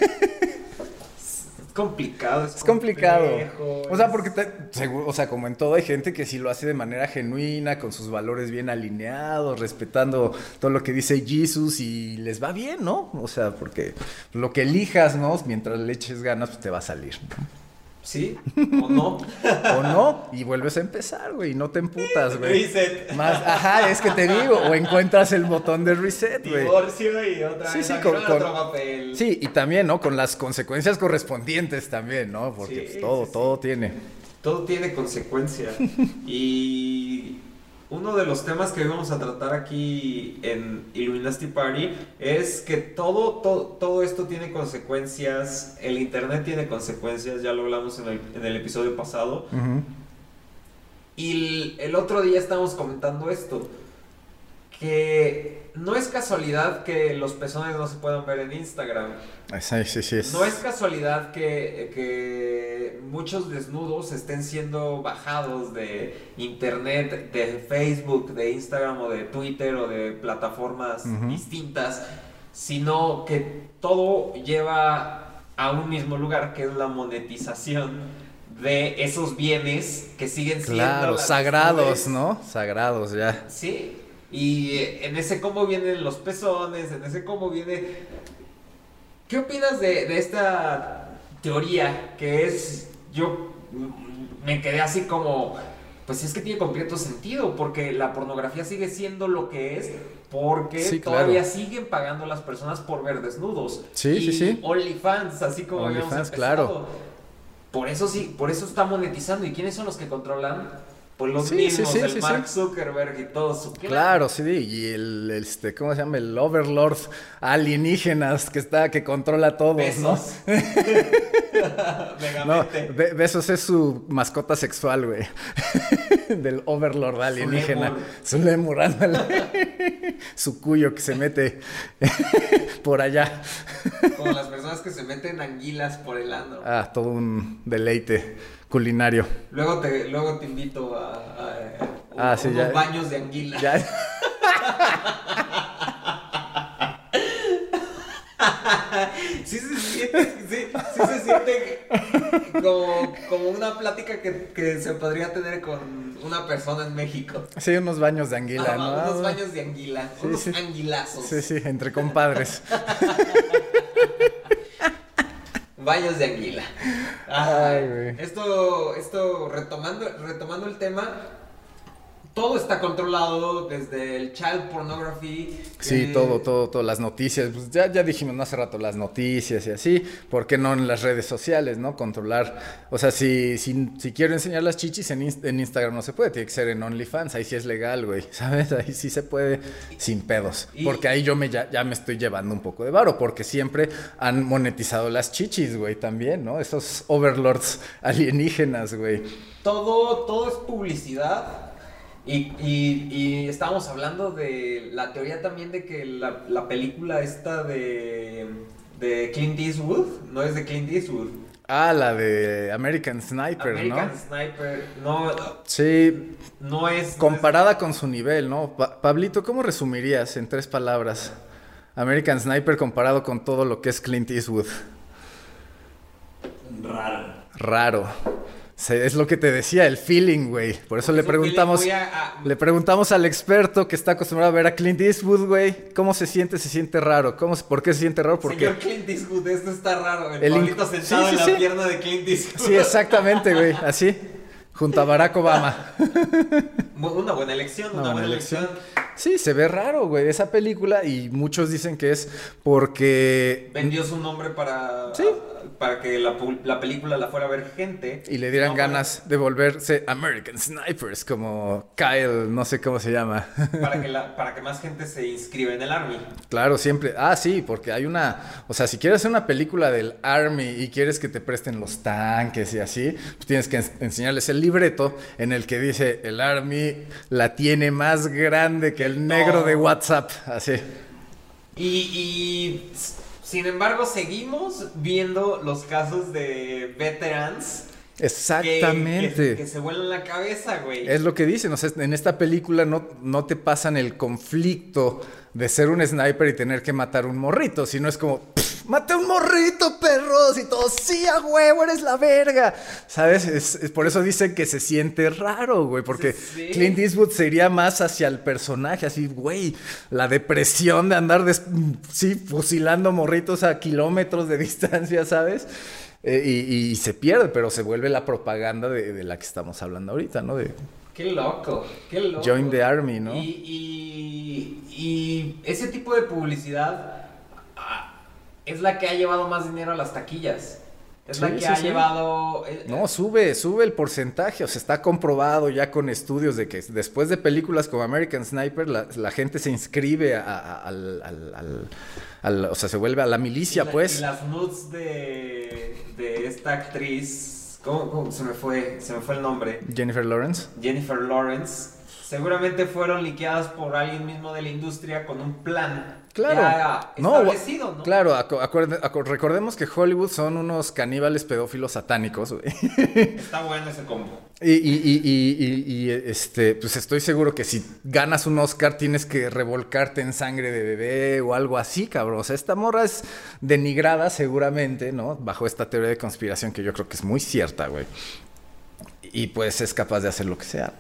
complicado, es, es complicado. Complejo, o sea, porque te, seguro, o sea, como en todo hay gente que sí lo hace de manera genuina, con sus valores bien alineados, respetando todo lo que dice Jesús y les va bien, ¿no? O sea, porque lo que elijas, ¿no? Mientras le eches ganas, pues te va a salir, ¿no? Sí, o no. O no, y vuelves a empezar, güey, y no te emputas, güey. Reset. Más, ajá, es que te digo, o encuentras el botón de reset, güey. Divorcio y otra sí, vez sí, a con, otro con, papel. Sí, y también, ¿no? Con las consecuencias correspondientes también, ¿no? Porque sí, pues, todo, sí, todo sí. tiene. Todo tiene consecuencia. Y uno de los temas que vamos a tratar aquí en Illuminati Party es que todo, todo, todo esto tiene consecuencias. El internet tiene consecuencias, ya lo hablamos en el, en el episodio pasado. Uh-huh. Y el, el otro día estábamos comentando esto, que no es casualidad que los pezones no se puedan ver en Instagram. Sí, sí, sí. Es... No es casualidad que, que muchos desnudos estén siendo bajados de internet, de Facebook, de Instagram o de Twitter o de plataformas uh-huh. distintas, sino que todo lleva a un mismo lugar, que es la monetización de esos bienes que siguen siendo... Claro, sagrados, ¿no? Sagrados, ya. Sí, y en ese cómo vienen los pezones, en ese cómo viene... ¿Qué opinas de, de esta teoría que es... Yo me quedé así como... Pues es que tiene completo sentido, porque la pornografía sigue siendo lo que es, porque sí, todavía claro. siguen pagando las personas por ver desnudos. Sí, y sí, sí. OnlyFans, así como habíamos empezado. Claro. Por eso sí, por eso está monetizando. ¿Y quiénes son los que controlan? Pues los sí, mismos, sí, sí, el sí, Mark sí. Zuckerberg y todo su clan. Claro, sí, y el, este, ¿cómo se llama? El Overlord alienígenas que está, que controla a todos, Besos. ¿no? Megamente. No, Be- Besos es su mascota sexual, güey. Del Overlord alienígena. Su lemur, ándale. Su cuyo que se mete por allá. Como las personas que se meten anguilas por el ano. Ah, todo un deleite culinario. Luego te, luego te invito a, a, a Ah, sí, unos ya. baños de anguila. Ya. Sí se siente, sí, sí se siente como, como una plática que, que se podría tener con una persona en México. Sí, unos baños de anguila, Ah, ¿no? unos baños de anguila, Sí, unos sí. anguilazos. Sí, sí, entre compadres. Baños de anguila. Ay, güey. Esto, esto retomando, retomando el tema, todo está controlado desde el child pornography. Sí, eh, todo, todo, todo, las noticias, pues ya, ya dijimos, ¿no? Hace rato, las noticias y así, ¿por qué no en las redes sociales, ¿no? Controlar, o sea, si, si, si quiero enseñar las chichis en, Inst- en Instagram no se puede, tiene que ser en OnlyFans, ahí sí es legal, güey, ¿sabes? Ahí sí se puede sin pedos, Y- porque ahí yo me, ya, ya me estoy llevando un poco de varo, porque siempre han monetizado las chichis, güey, también, ¿no? Esos overlords alienígenas, güey. Todo, todo es publicidad. Y, y, y estábamos hablando de la teoría también de que la, la película esta de, de Clint Eastwood, no es de Clint Eastwood. Ah, la de American Sniper, American ¿no? Sniper, no, Sí, no es... comparada con su nivel, ¿no? Pa- Pablito, ¿cómo resumirías en tres palabras American Sniper comparado con todo lo que es Clint Eastwood? Raro. Raro. Se- es lo que te decía, el feeling, güey. Por eso le Es un feeling preguntamos, muy a- a- le preguntamos al experto que está acostumbrado a ver a Clint Eastwood, güey, ¿cómo se siente? Se siente raro. ¿Cómo, se- ¿Por qué se siente raro? Porque Señor Clint Eastwood, esto está raro. El, El Pablito inc- sentado sí, sí, en la sí. pierna de Clint Eastwood. sí, exactamente, güey, así, junto a Barack Obama. Mu- Una buena elección, una, Una buena buena elección. Sí, se ve raro, güey, esa película y muchos dicen que es porque Vendió su nombre para, Sí. para que la, pu- la película la fuera a ver gente. y le dieran No, ganas de volverse American Snipers, como Kyle, no sé cómo se llama. Para, para que la, para que más gente se inscriba en el Army. Claro, siempre. Ah, sí, porque hay una. O sea, si quieres hacer una película del Army y quieres que te presten los tanques y así, pues tienes que ens- enseñarles el libreto en el que dice: el Army la tiene más grande que el negro de WhatsApp. Así. Y, y sin embargo, seguimos viendo los casos de veterans. Que, Exactamente. que, que se vuelan la cabeza, güey. Es lo que dicen, o sea, en esta película no, no te pasan el conflicto de ser un sniper y tener que matar un morrito, sino es como, "Pff, maté un morrito, perros", y todos, sí, a huevo, eres la verga, ¿sabes? Es, es por eso dicen que se siente raro, güey, porque Sí. Clint Eastwood se iría más hacia el personaje, así, güey, la depresión de andar, des- sí, fusilando morritos a kilómetros de distancia, ¿sabes? Eh, y, y se pierde, pero se vuelve la propaganda de, de la que estamos hablando ahorita, ¿no? De Qué loco, qué loco. Join the Army, ¿no? Y, y, y ese tipo de publicidad ah, es la que ha llevado más dinero a las taquillas. Es la Sí, que sí, ha sí. llevado... eh, No, sube, sube el porcentaje, o sea, está comprobado ya con estudios de que después de películas como American Sniper, la, la gente se inscribe a- a- al, al- al- al- o sea, se vuelve a la milicia, y la- pues. Y las nudes de, de esta actriz... ¿Cómo, cómo se me fue? Se me fue el nombre. Jennifer Lawrence. Jennifer Lawrence. Seguramente fueron liqueadas por alguien mismo de la industria con un plan Claro. ya No, establecido, ¿no? Claro, acu- acuerde- acu- recordemos que Hollywood son unos caníbales pedófilos satánicos, güey. Está bueno ese combo. Y, y, y, y, y- y, este, pues estoy seguro que si ganas un Oscar tienes que revolcarte en sangre de bebé o algo así, cabrón. O sea, esta morra es denigrada seguramente, ¿no? Bajo esta teoría de conspiración que yo creo que es muy cierta, güey. Y pues es capaz de hacer lo que sea.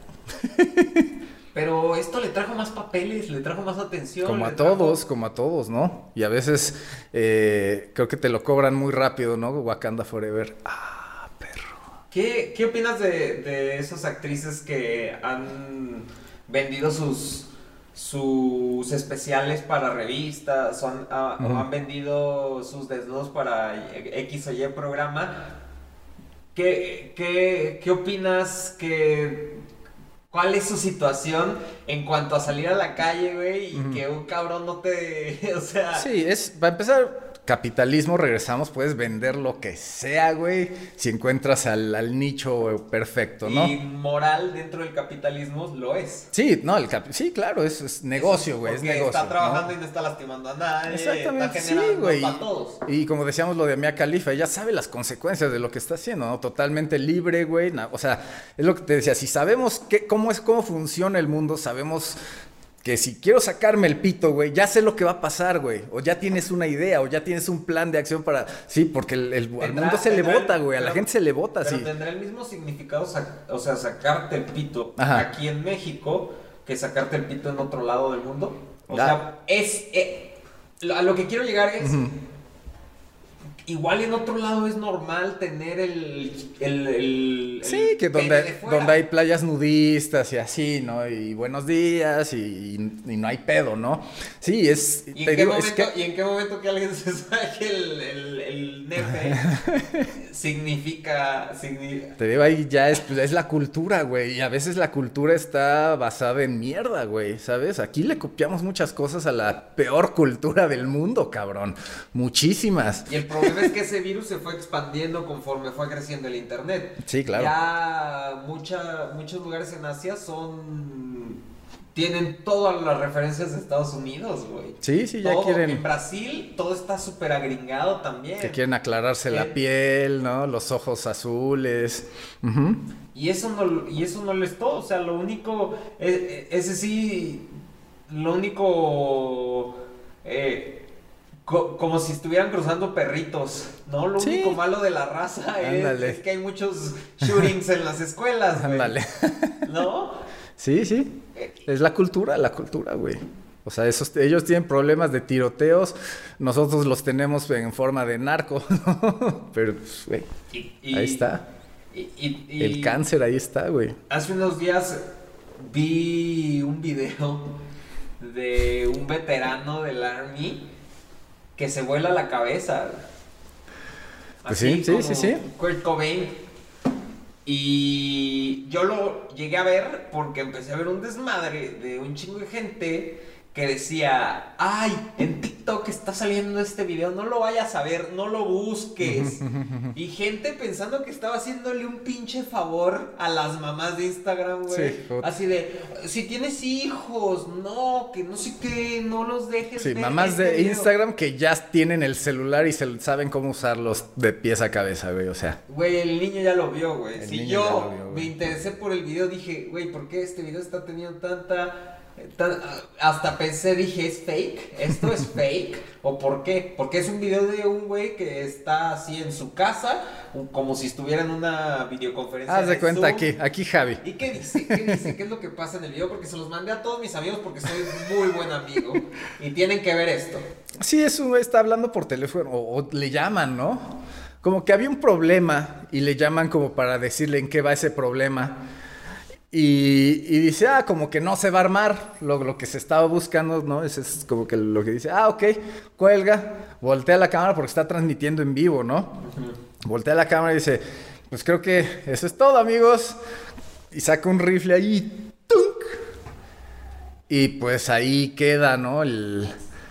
Pero esto le trajo más papeles, le trajo más atención. Como le a trajo- todos, como a todos, ¿no? Y a veces eh, creo que te lo cobran muy rápido, ¿no? Wakanda Forever. Ah, perro. ¿Qué, qué opinas de, de esas actrices que han vendido sus, sus especiales para revistas son, ah, o Ujú. han vendido sus desnudos para X o Y programa? ¿Qué, qué, qué opinas que... ¿Cuál es su situación en cuanto a salir a la calle, güey? Y Ujú. que un cabrón no te... O sea... Sí, es, para empezar, capitalismo, regresamos, puedes vender lo que sea, güey, si encuentras al, al nicho perfecto, ¿no? Y moral dentro del capitalismo lo es. Sí, no, el cap sí, claro, es, es negocio, güey, es negocio. Está trabajando, ¿no? Y no está lastimando a nadie. Exactamente, está generando sí, güey. para todos. Y como decíamos lo de Mia Khalifa, ella sabe las consecuencias de lo que está haciendo, ¿no? Totalmente libre, güey. O sea, es lo que te decía, si sabemos qué, cómo es, cómo funciona el mundo, sabemos que si quiero sacarme el pito, güey, ya sé lo que va a pasar, güey. O ya tienes una idea, o ya tienes un plan de acción para... Sí, porque el, el, al mundo se le vota, güey. A la gente se le vota, pero sí. Tendrá el mismo significado, o sea, sacarte el pito Ajá. aquí en México que sacarte el pito en otro lado del mundo. O Ah. sea, es... Eh, a lo que quiero llegar es... Uh-huh. Igual en otro lado es normal tener el... el, el sí, el que donde, donde hay playas nudistas y así, ¿no? Y buenos días y, y, y no hay pedo, ¿no? Sí, es... ¿Y, te en, digo, qué momento, es que... ¿Y en qué momento que alguien se saque el, el, el nepe significa, significa... Te digo, ahí ya es, pues, es la cultura, güey. Y a veces la cultura está basada en mierda, güey, ¿sabes? Aquí le copiamos muchas cosas a la peor cultura del mundo, cabrón. Muchísimas. Y el problema es que ese virus se fue expandiendo conforme fue creciendo el internet. Sí, claro. Ya mucha, muchos lugares en Asia son... tienen todas las referencias de Estados Unidos, güey. Sí, sí, ya todo. quieren... En Brasil todo está súper agringado también. Que quieren aclararse eh, la piel, ¿no? Los ojos azules. Uh-huh. Y eso no, y eso no lo es todo. O sea, lo único... Es, ese sí... Lo único... Eh, Co como si estuvieran cruzando perritos, ¿no? Lo sí. único malo de la raza es, es que hay muchos shootings en las escuelas, güey. Ándale. ¿No? Sí, sí. Es la cultura, la cultura, güey. O sea, esos, ellos tienen problemas de tiroteos, nosotros los tenemos en forma de narco, ¿no? Pero, pues, güey, y, y, ahí está. Y, y, y, El cáncer ahí está, güey. Hace unos días vi un video de un veterano del Army que se vuela la cabeza. Pues sí, sí, sí, sí. Kurt Cobain. Y yo lo llegué a ver porque empecé a ver un desmadre de un chingo de gente que decía, ay, en TikTok está saliendo este video, no lo vayas a ver, no lo busques. Y gente pensando que estaba haciéndole un pinche favor a las mamás de Instagram, güey. Sí, así de, si tienes hijos, no, que no sé qué, no los dejes sí, ver mamás este de video. Instagram que ya tienen el celular y se saben cómo usarlos de pies a cabeza, güey, o sea. Güey, el niño ya lo vio, güey. Si yo vio, me interesé por el video, dije, güey, ¿por qué este video está teniendo tanta... Tan, hasta pensé, dije, ¿es fake? ¿Esto es fake? ¿O por qué? Porque es un video de un güey que está así en su casa, como si estuviera en una videoconferencia. Haz de, de cuenta Zoom. aquí, aquí Javi. ¿Y qué dice? ¿Qué dice? ¿Qué es lo que pasa en el video? Porque se los mandé a todos mis amigos porque soy muy buen amigo y tienen que ver esto. Sí, es un güey está hablando por teléfono o, o le llaman, ¿no? Como que había un problema y le llaman como para decirle en qué va ese problema. Y, y dice, ah, como que no se va a armar lo, lo que se estaba buscando, ¿no? Ese es como que lo que dice, ah, ok, cuelga, voltea la cámara porque está transmitiendo en vivo, ¿no? Uh-huh. Voltea la cámara y dice, pues creo que eso es todo, amigos. Y saca un rifle ahí, ¡tunk! Y pues ahí queda, ¿no? El,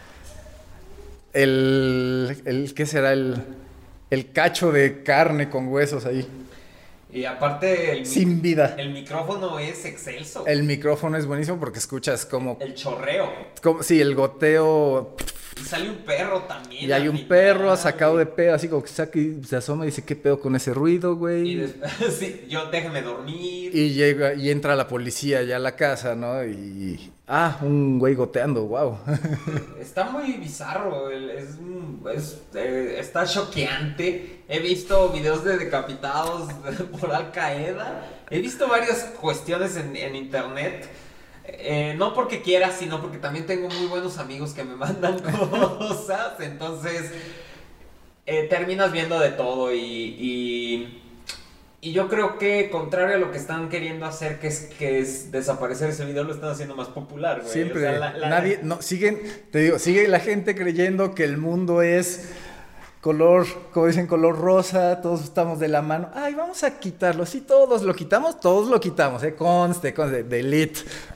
el, el ¿qué será? El, el cacho de carne con huesos ahí. Y aparte el sin vida. El micrófono es excelso. El micrófono es buenísimo porque escuchas como el chorreo. Como, sí, el goteo. Y sale un perro también. Y hay un perro sacado de pedo, así como que saca y se asoma y dice, ¿qué pedo con ese ruido, güey? Y después, sí, yo déjame dormir. Y llega y entra la policía ya a la casa, ¿no? Y ah, un güey goteando, wow. Está muy bizarro, es, es eh, está choqueante. He visto videos de decapitados por Al Qaeda. He visto varias cuestiones en, en internet. Eh, no porque quiera, sino porque también tengo muy buenos amigos que me mandan cosas. Entonces, eh, terminas viendo de todo y, y, y yo creo que, contrario a lo que están queriendo hacer, que es, que es desaparecer ese video, lo están haciendo más popular, güey. Siempre, o sea, la, la... nadie, no, siguen, te digo, sigue la gente creyendo que el mundo es color, como dicen, color rosa, todos estamos de la mano. Ay, vamos a quitarlo. Sí, todos lo quitamos, todos lo quitamos, ¿eh? Conste, conste, delete.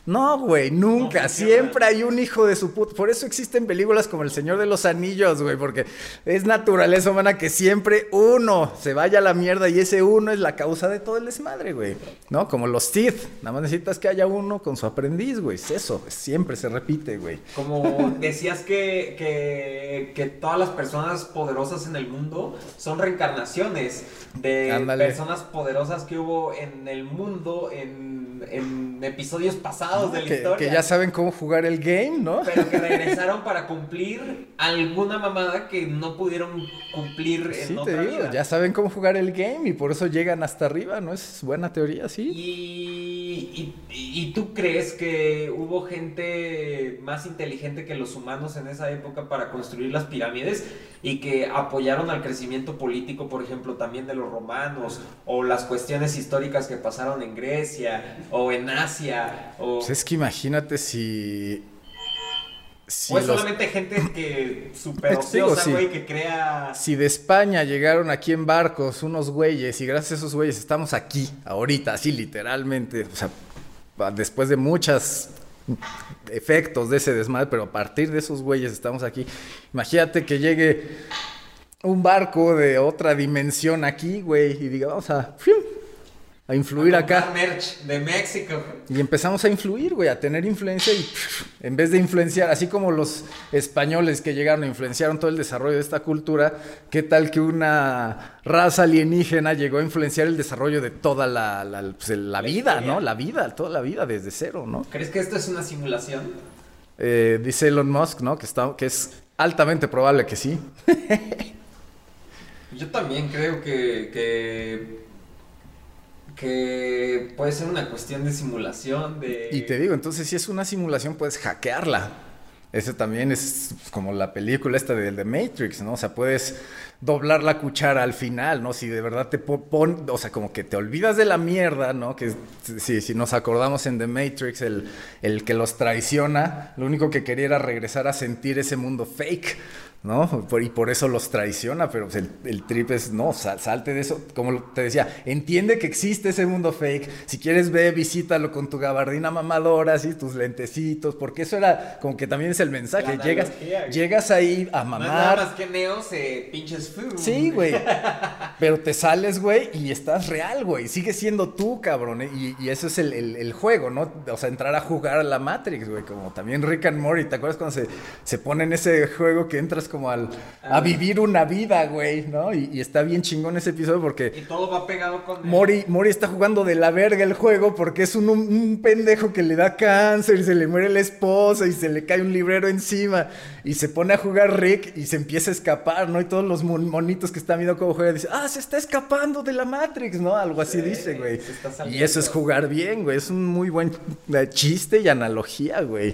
No, güey, nunca. No, Siempre hay un hijo de su puta. Por eso existen películas como El Señor de los Anillos, güey, porque es naturaleza humana que siempre uno se vaya a la mierda y ese uno es la causa de todo el desmadre, güey. ¿No? Como los Sith. Nada más necesitas que haya uno con su aprendiz, güey. Es eso. Siempre se repite, güey. Como decías que, que, que todas las personas poderosas en el mundo son reencarnaciones de Ándale. personas poderosas que hubo en el mundo en, en episodios pasados de la que, historia. que ya saben cómo jugar el game, ¿no? Pero que regresaron para cumplir alguna mamada que no pudieron cumplir en Sí, otra te digo, vida. ya saben cómo jugar el game y por eso llegan hasta arriba, ¿no? Es buena teoría, sí. Y, y, y tú crees que hubo gente más inteligente que los humanos en esa época para construir las pirámides y que apoyaron al crecimiento político, por ejemplo, también de los romanos, o las cuestiones históricas que pasaron en Grecia o en Asia, o, Pues es que imagínate si... si o es los- solamente gente que súper Es que digo, ociosa, sí. güey, que crea... Si de España llegaron aquí en barcos unos güeyes y gracias a esos güeyes estamos aquí, ahorita, así literalmente, o sea, pa- después de muchos efectos de ese desmadre, pero a partir de esos güeyes estamos aquí. Imagínate que llegue un barco de otra dimensión aquí, güey, y diga, vamos a, ¡fium! a influir a acá. comprar merch de México. Y empezamos a influir, güey, a tener influencia y pff, en vez de influenciar, así como los españoles que llegaron e influenciaron todo el desarrollo de esta cultura, ¿qué tal que una raza alienígena llegó a influenciar el desarrollo de toda la, la, pues, la La vida, historia. ¿no? La vida, toda la vida desde cero, ¿no? ¿Crees que esto es una simulación? Eh, dice Elon Musk, ¿no? Que, está, que es altamente probable que sí. Yo también creo que, que, que puede ser una cuestión de simulación, de... Y te digo, entonces si es una simulación, puedes hackearla. Eso también es como la película esta de The Matrix, ¿no? O sea, puedes doblar la cuchara al final, ¿no? Si de verdad te pon... O sea, como que te olvidas de la mierda, ¿no? Que si, si nos acordamos en The Matrix, el, el que los traiciona, lo único que quería era regresar a sentir ese mundo fake, ¿no? Por, y por eso los traiciona, pero pues el, el trip es, no, sal, salte de eso, como te decía, entiende que existe ese mundo fake, si quieres ve, visítalo con tu gabardina mamadora, así, tus lentecitos, porque eso era, como que también es el mensaje, La llegas, analogía, güey. llegas ahí a No es mamar. nada más que Neo se pinches food. Sí, güey. Pero te sales, güey, y estás real, güey. Sigues siendo tú, cabrón. ¿eh? Y, y eso es el, el, el juego, ¿no? O sea, entrar a jugar a la Matrix, güey. Como también Rick and Morty. ¿Te acuerdas cuando se, se pone en ese juego que entras como al, a vivir una vida, güey, ¿no? Y, y está bien chingón ese episodio porque Y todo va pegado con... el- Mori, Mori está jugando de la verga el juego porque es un, un, un pendejo que le da cáncer y se le muere la esposa y se le cae un librero encima y se pone a jugar Rick y se empieza a escapar, ¿no? Y todos los mon- monitos que están viendo cómo juega dicen, ah, se está escapando de la Matrix, ¿no? Algo así Sí, dice, güey. se está Y saliendo. eso es jugar bien, güey. Es un muy buen eh, chiste y analogía, güey.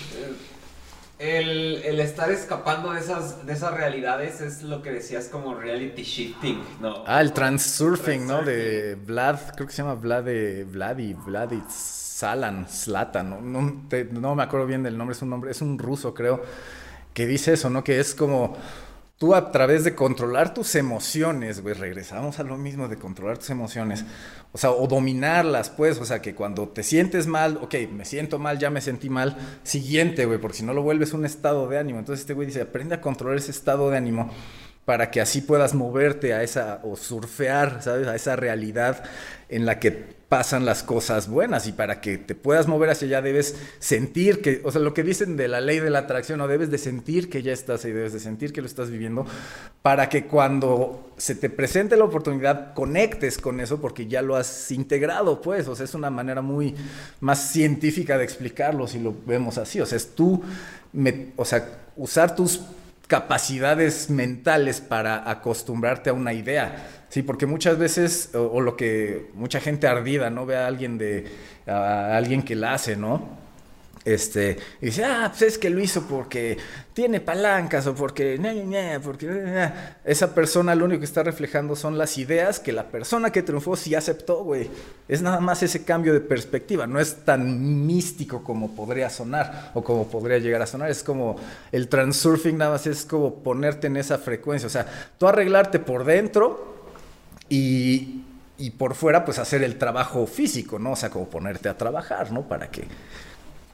El, el estar escapando de esas, de esas realidades es lo que decías como reality shifting, ¿no? Ah, el transurfing, ¿no? Transurfing. De Vlad, creo que se llama Vlad de Vladi, Vladi Salan, Zlatan, ¿no? No, te- no me acuerdo bien del nombre, es un nombre, es un ruso, creo, que dice eso, ¿no? Que es como tú a través de controlar tus emociones, güey, regresamos a lo mismo de controlar tus emociones, o sea, o dominarlas, pues, o sea, que cuando te sientes mal, ok, me siento mal, ya me sentí mal, siguiente, güey, porque si no lo vuelves un estado de ánimo, entonces este güey dice, aprende a controlar ese estado de ánimo para que así puedas moverte a esa, o surfear, ¿sabes? A esa realidad en la que pasan las cosas buenas y para que te puedas mover hacia allá debes sentir que, o sea, lo que dicen de la ley de la atracción, no debes de sentir que ya estás ahí, debes de sentir que lo estás viviendo para que cuando se te presente la oportunidad conectes con eso porque ya lo has integrado, pues, o sea, es una manera muy más científica de explicarlo si lo vemos así, o sea, es tú, me, o sea, usar tus capacidades mentales para acostumbrarte a una idea, sí, porque muchas veces, o, o lo que mucha gente ardida, ¿no? Ve a alguien de, a alguien que la hace, ¿no? Este, y dice, ah, pues es que lo hizo porque tiene palancas o porque, ña, ña, ña, porque, ña, ña". Esa persona lo único que está reflejando son las ideas que la persona que triunfó sí aceptó, güey. Es nada más ese cambio de perspectiva, no es tan místico como podría sonar o como podría llegar a sonar. Es como el transurfing, nada más es como ponerte en esa frecuencia, o sea, tú arreglarte por dentro y, y por fuera, pues hacer el trabajo físico, ¿no? O sea, como ponerte a trabajar, ¿no? Para que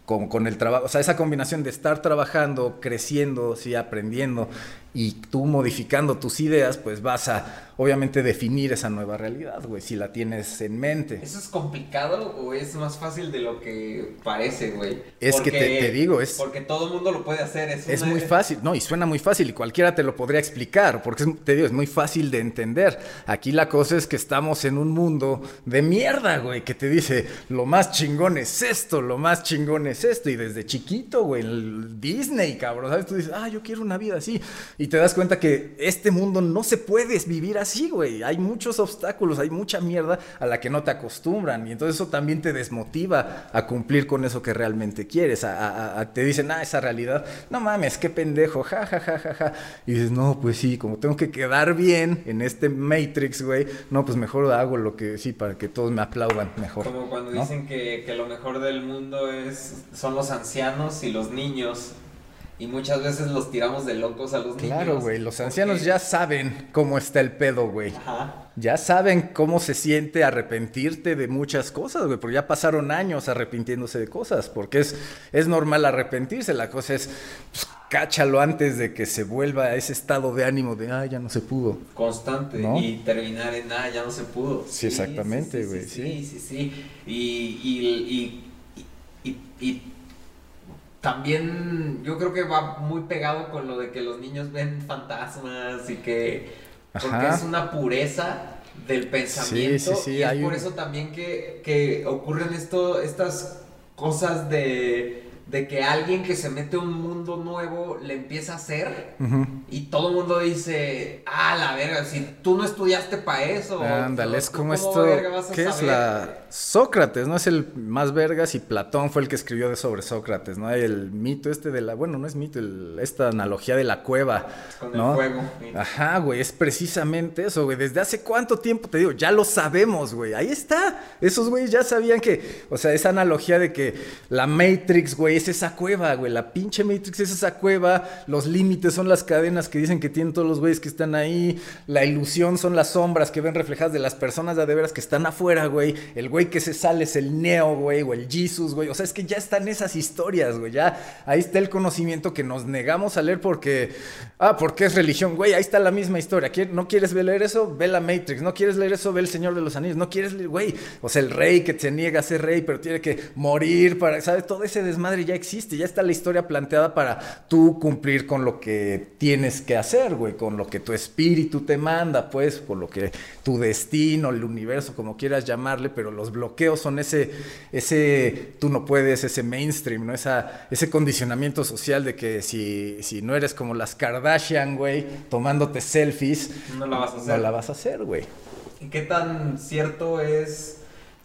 con, con el trabajo, o sea, esa combinación de estar trabajando, creciendo, sí, aprendiendo y tú modificando tus ideas, pues vas a, obviamente, definir esa nueva realidad, güey, si la tienes en mente. ¿Eso es complicado o es más fácil de lo que parece, güey? Es porque, que te, te digo, es... Porque todo el mundo lo puede hacer. Es, es una... muy fácil, no, y suena muy fácil, y cualquiera te lo podría explicar, porque es, te digo, es muy fácil de entender. Aquí la cosa es que estamos en un mundo de mierda, güey, que te dice, lo más chingón es esto, lo más chingón es esto, y desde chiquito, güey, el Disney, cabrón, ¿sabes? Tú dices, ah, yo quiero una vida así, y te das cuenta que este mundo no se puede vivir así, güey. Hay muchos obstáculos, hay mucha mierda a la que no te acostumbran. Y entonces eso también te desmotiva a cumplir con eso que realmente quieres. A, a, a, te dicen, ah, esa realidad, no mames, qué pendejo, ja, ja, ja, ja, ja. Y dices, no, pues sí, como tengo que quedar bien en este Matrix, güey, no, pues mejor hago lo que sí, para que todos me aplaudan mejor. Como cuando ¿no? dicen que, que lo mejor del mundo es son los ancianos y los niños. Y muchas veces los tiramos de locos a los niños. Claro, güey, los porque... ancianos ya saben cómo está el pedo, güey. Ajá. Ya saben cómo se siente arrepentirte de muchas cosas, güey, porque ya pasaron años arrepintiéndose de cosas, porque es, es normal arrepentirse, la cosa es, pues, cáchalo antes de que se vuelva a ese estado de ánimo de, ah, ya no se pudo. Constante, ¿no? Y terminar en, ah, ya no se pudo. Sí, sí exactamente, güey, sí sí, sí. Sí, sí, sí. Y, y, y, y, y, y también yo creo que va muy pegado con lo de que los niños ven fantasmas y que... Porque Ajá. es una pureza del pensamiento. Sí, sí, sí, y es por un... eso también que, que ocurren esto, estas cosas de, de que alguien que se mete a un mundo nuevo le empieza a hacer uh-huh. y todo el mundo dice, ah, la verga, si tú no estudiaste para eso. Ándale, es como esto, ¿qué es la...? Sócrates, ¿no? Es el más vergas y Platón fue el que escribió de sobre Sócrates, ¿no? Hay el mito este de la... Bueno, no es mito, el, esta analogía de la cueva, con ¿no? el fuego. Sí. Ajá, güey, es precisamente eso, güey. ¿Desde hace cuánto tiempo? Te digo, ya lo sabemos, güey. Ahí está. Esos güeyes ya sabían que... O sea, esa analogía de que la Matrix, güey, es esa cueva, güey. La pinche Matrix es esa cueva. Los límites son las cadenas que dicen que tienen todos los güeyes que están ahí. La ilusión son las sombras que ven reflejadas de las personas de, de veras que están afuera, güey. El güey que se sale es el Neo, güey, o el Jesus, güey. O sea, es que ya están esas historias, güey. Ya ahí está el conocimiento que nos negamos a leer porque... Ah, porque es religión, güey. Ahí está la misma historia. ¿No quieres leer eso? Ve la Matrix. ¿No quieres leer eso? Ve el Señor de los Anillos. ¿No quieres leer, güey? O sea, el rey que se niega a ser rey, pero tiene que morir para... ¿Sabes? Todo ese desmadre ya existe. Ya está la historia planteada para tú cumplir con lo que tienes que hacer, güey. Con lo que tu espíritu te manda, pues. Con lo que tu destino, el universo, como quieras llamarle. Pero los bloqueos son ese, ese, tú no puedes, ese mainstream, ¿no? Esa, ese condicionamiento social de que si, si no eres como las Kardashian, güey, tomándote selfies, no la vas a hacer. No la vas a hacer, güey. ¿Y qué tan cierto es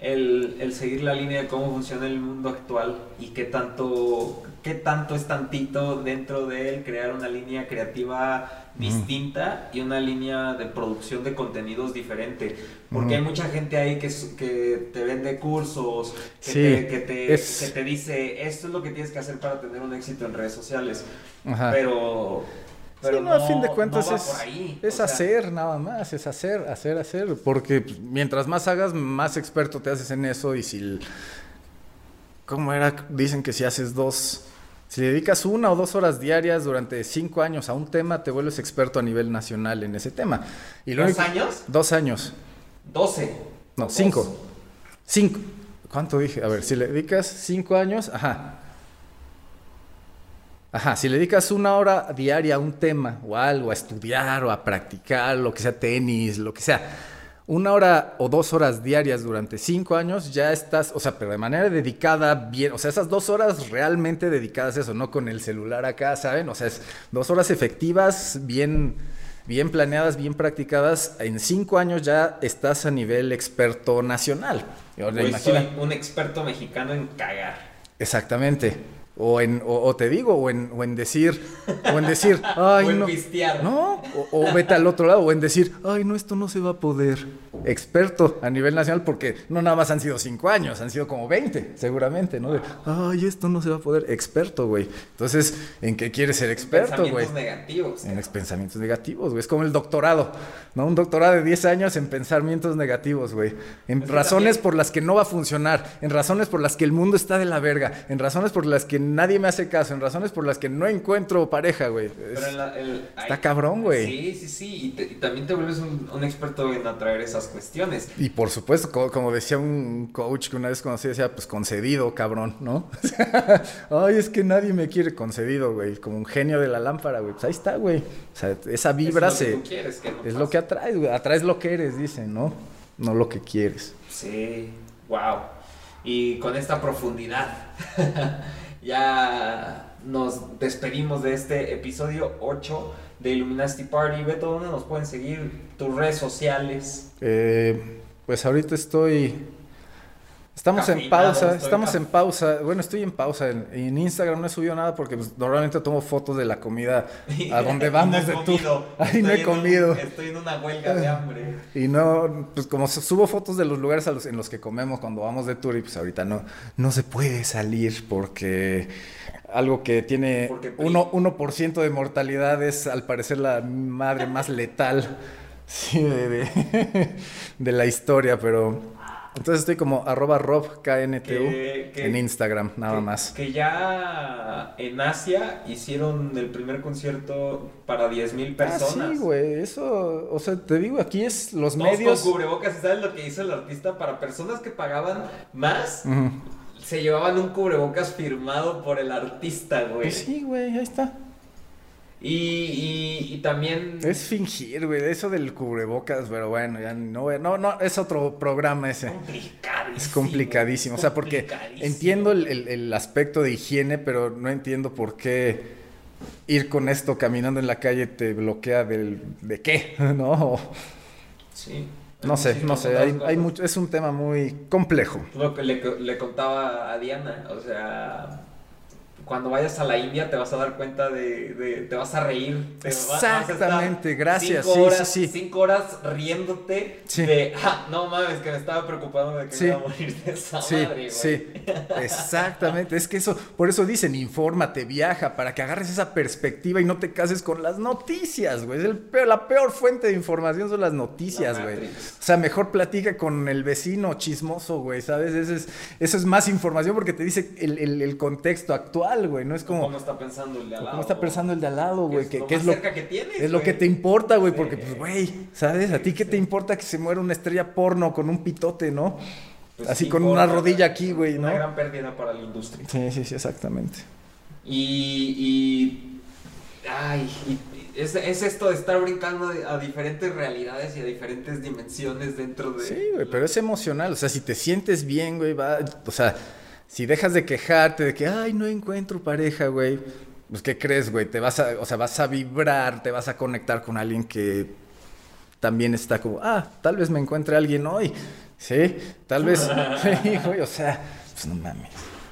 el, el seguir la línea de cómo funciona el mundo actual? ¿Y qué tanto, qué tanto es tantito dentro de él crear una línea creativa distinta y una línea de producción de contenidos diferente? Porque uh-huh. hay mucha gente ahí que, que te vende cursos, que, sí, te, que, te, es... que te dice, esto es lo que tienes que hacer para tener un éxito en redes sociales. Ajá. Pero... Pero sí, no, no, a fin de cuentas no es, por ahí. es hacer sea... nada más, es hacer, hacer, hacer, porque mientras más hagas, más experto te haces en eso y si, ¿cómo era? Dicen que si haces dos, si le dedicas una o dos horas diarias durante cinco años a un tema, te vuelves experto a nivel nacional en ese tema. Y ¿Dos único, años? Dos años. Doce. No, cinco. Cinco. ¿Cuánto dije? A ver, si le dedicas cinco años, ajá. Ajá, si le dedicas una hora diaria a un tema o algo, a estudiar o a practicar, lo que sea, tenis, lo que sea, una hora o dos horas diarias durante cinco años, ya estás, o sea, pero de manera dedicada, bien, o sea, esas dos horas realmente dedicadas a eso, no con el celular acá, ¿saben? O sea, es dos horas efectivas, bien, bien planeadas, bien practicadas, en cinco años ya estás a nivel experto nacional. Ahora, pues imagina... soy un experto mexicano en cagar. Exactamente. O, en, o, o te digo, o en, o en decir, o en decir, ay, o en no, pistear. no, o, o vete al otro lado, o en decir, ay, no, esto no se va a poder. experto a nivel nacional, porque no nada más han sido cinco años, han sido como veinte, seguramente, ¿no? De, ay, esto no se va a poder. Experto, güey. Entonces, ¿en qué quieres ser experto, güey? Pensamientos negativos. En los pensamientos negativos, güey. Es como el doctorado, ¿no? Un doctorado de diez años en pensamientos negativos, güey. En Es razones también... por las que no va a funcionar, en razones por las que el mundo está de la verga, en razones por las que nadie me hace caso, en razones por las que no encuentro pareja, güey. Es... Pero en la, el... Está Ay, cabrón, güey. Sí, sí, sí. Y, te, y también te vuelves un, un experto en atraer esas cuestiones. Y por supuesto, como, como decía un coach que una vez conocí, decía, pues concedido, cabrón, ¿no? Ay, es que nadie me quiere concedido, güey. Como un genio de la lámpara, güey. Pues ahí está, güey. O sea, esa vibra es lo que se... tú quieres, que no es pasa. lo que atraes, güey. Atraes lo que eres, dicen, ¿no? No lo que quieres. Sí, wow. Y con esta profundidad ya nos despedimos de este episodio ocho de Illuminati Party. Beto, ¿dónde nos pueden seguir? Tus redes sociales. Eh, pues ahorita estoy... Estamos en Caminado, pausa, estoy estamos ca- en pausa. Bueno, estoy en pausa. En, en Instagram no he subido nada porque pues, normalmente tomo fotos de la comida a donde vamos no he de tour. comido. Ahí no Estoy he en un- comido. estoy en una huelga de hambre. Y no, pues como subo fotos de los lugares a los, en los que comemos cuando vamos de tour y pues ahorita no, no se puede salir porque algo que tiene Porque- uno, uno por ciento de mortalidad es al parecer la madre más letal sí, de, de, de la historia, pero... Entonces estoy como arroba rob k n t u Que- que- en Instagram, nada que, más. Que ya en Asia hicieron el primer concierto para diez mil personas. Ah, sí, güey, eso, o sea, te digo, aquí es los Todos medios... con cubrebocas. ¿Y sabes lo que hizo el artista? Para personas que pagaban más, Ujú. se llevaban un cubrebocas firmado por el artista, güey. Pues sí, güey, ahí está. Y, y, y también... Es fingir, güey, eso del cubrebocas, pero bueno, ya no, voy a- no, no, es otro programa ese. complicadísimo. Es complicadísimo, o sea, porque complicadísimo. entiendo el, el- el aspecto de higiene, pero no entiendo por qué ir con esto caminando en la calle te bloquea del, de qué, ¿no? Sí. No sé, no Muchísimas sé, otras hay, cosas. hay mucho, es un tema muy complejo. Lo que le, le contaba a Diana, o sea, cuando vayas a la India te vas a dar cuenta de, de te vas a reír. Te vas- vas a estar Exactamente, gracias, cinco sí, horas, sí, sí. Cinco horas riéndote Sí. de, ah, no mames, que me estaba preocupando de que Sí. me iba a morir de esa Sí, madre, güey. sí, exactamente. Es que eso, por eso dicen, infórmate, viaja, para que agarres esa perspectiva y no te cases con las noticias, güey. Es el peor- la peor fuente de información son las noticias, La güey. Matrix. O sea, mejor platica con el vecino chismoso, güey, ¿sabes? Eso es, eso es más información porque te dice el, el- el contexto actual, güey. No es como, ¿Cómo está pensando el de al lado? ¿cómo está pensando el de al lado, güey? Que Que es que lo es más lo, cerca que tienes, es lo güey. que te importa, güey, Sí. porque, pues, güey, ¿sabes? ¿A ti qué te importa que se muera una estrella porno con un pitote, no? Pues Así sí con importa, una rodilla aquí, güey, Una ¿no? gran pérdida para la industria. Sí, sí, sí, exactamente. Y, y ay, y es, es esto de estar brincando de- a diferentes realidades y a diferentes dimensiones dentro de... Sí, güey, pero es emocional. O sea, si te sientes bien, güey, va. O sea, si dejas de quejarte de que, ay, no encuentro pareja, güey. Pues, ¿qué crees, güey? Te vas a, o sea, vas a vibrar, te vas a conectar con alguien que también está como, ah, tal vez me encuentre alguien hoy. Sí, tal vez. Sí, güey, o sea, pues no mames.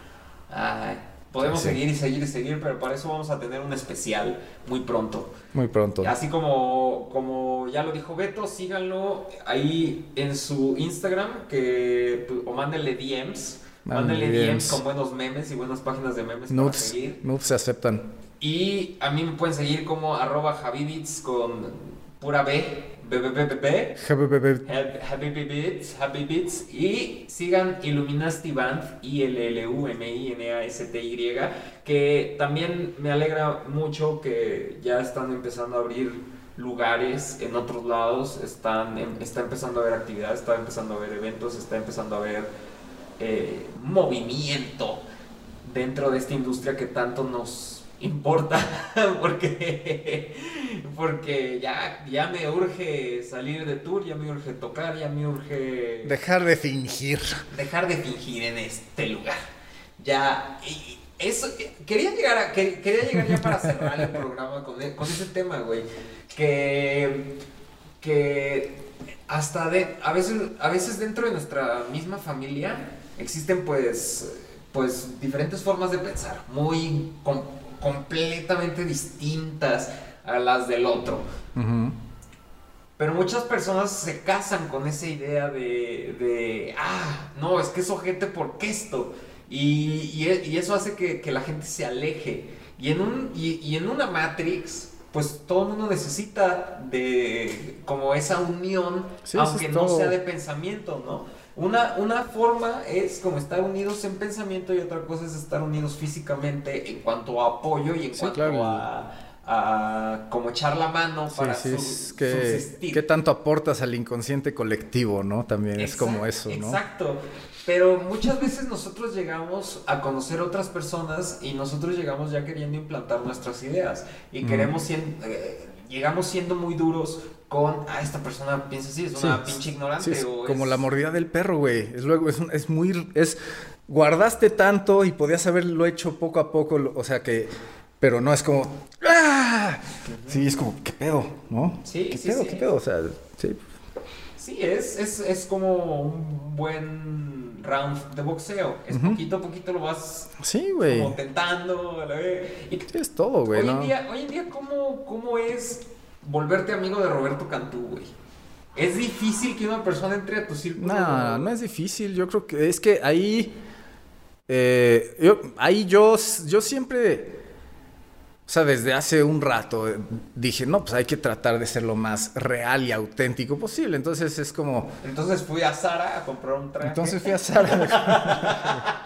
Ay, podemos Sí, sí. seguir y seguir y seguir, pero para eso vamos a tener un especial muy pronto. Muy pronto. Así como, como ya lo dijo Beto, síganlo ahí en su Instagram, que, o mándenle D Ms. Mándenle Mándenle D Ms D Ms. con buenos memes y buenas páginas de memes para Noobs, seguir. noobs se aceptan. Y a mí me pueden seguir como arroba javibits con pura B, B, B, B, B, B. Happy Beats, Happy Beats. Y sigan Illuminati Band, I L L U M I N A S T Y, que también me alegra mucho que ya están empezando a abrir lugares en otros lados, están, em- está empezando a haber actividad, está empezando a haber eventos, está empezando a haber eh, movimiento dentro de esta industria que tanto nos importa, porque, porque ya, ya me urge salir de tour, ya me urge tocar, ya me urge Dejar de fingir. dejar de fingir en este lugar. Ya, y eso, quería llegar a, que- quería llegar ya para cerrar el programa con, e- con ese tema, güey, que, que hasta de, a veces, a veces dentro de nuestra misma familia existen pues, pues diferentes formas de pensar, muy com- completamente distintas a las del otro. Ujú. Pero muchas personas se casan con esa idea de, de ah, no, es que es ojete porque esto. Y, y, y eso hace que, que la gente se aleje. Y en, un, y, y en una Matrix, pues todo el mundo necesita de como esa unión, sí, aunque es no todo. sea de pensamiento, ¿no? Una, una forma es como estar unidos en pensamiento y otra cosa es estar unidos físicamente en cuanto a apoyo y en Sí, cuanto claro. a... a como echar la mano Sí, para sí, su- es que, subsistir. ¿qué tanto aportas al inconsciente colectivo, no? También es como eso, ¿no? Exacto. Pero muchas veces nosotros llegamos a conocer otras personas y nosotros llegamos ya queriendo implantar nuestras ideas y Mm. queremos sien- eh, llegamos siendo muy duros con, ah, esta persona piensa así, es Sí, una pinche ignorante sí, es o como es- la mordida del perro, güey. Es luego, es, un- es muy, es, guardaste tanto y podías haberlo hecho poco a poco, lo- o sea que, pero no es como, ¡ah! Sí, es como, ¿qué pedo? ¿No? Sí, ¿Qué sí, pedo? sí. ¿Qué pedo? O sea, sí. Sí, es, es, es como un buen round de boxeo. Es Ujú. poquito a poquito lo vas Sí, güey. como tentando. a la vez. Y Sí, es todo, güey, hoy, ¿no? en día, hoy en día, ¿cómo, ¿cómo es volverte amigo de Roberto Cantú, güey? ¿Es difícil que una persona entre a tu círculo? No, no es difícil. Yo creo que es que ahí, eh, yo, ahí yo, yo siempre, o sea, desde hace un rato eh, dije, no, pues hay que tratar de ser lo más real y auténtico posible. Entonces es como, Entonces fui a Zara a comprar un traje. entonces fui a Zara.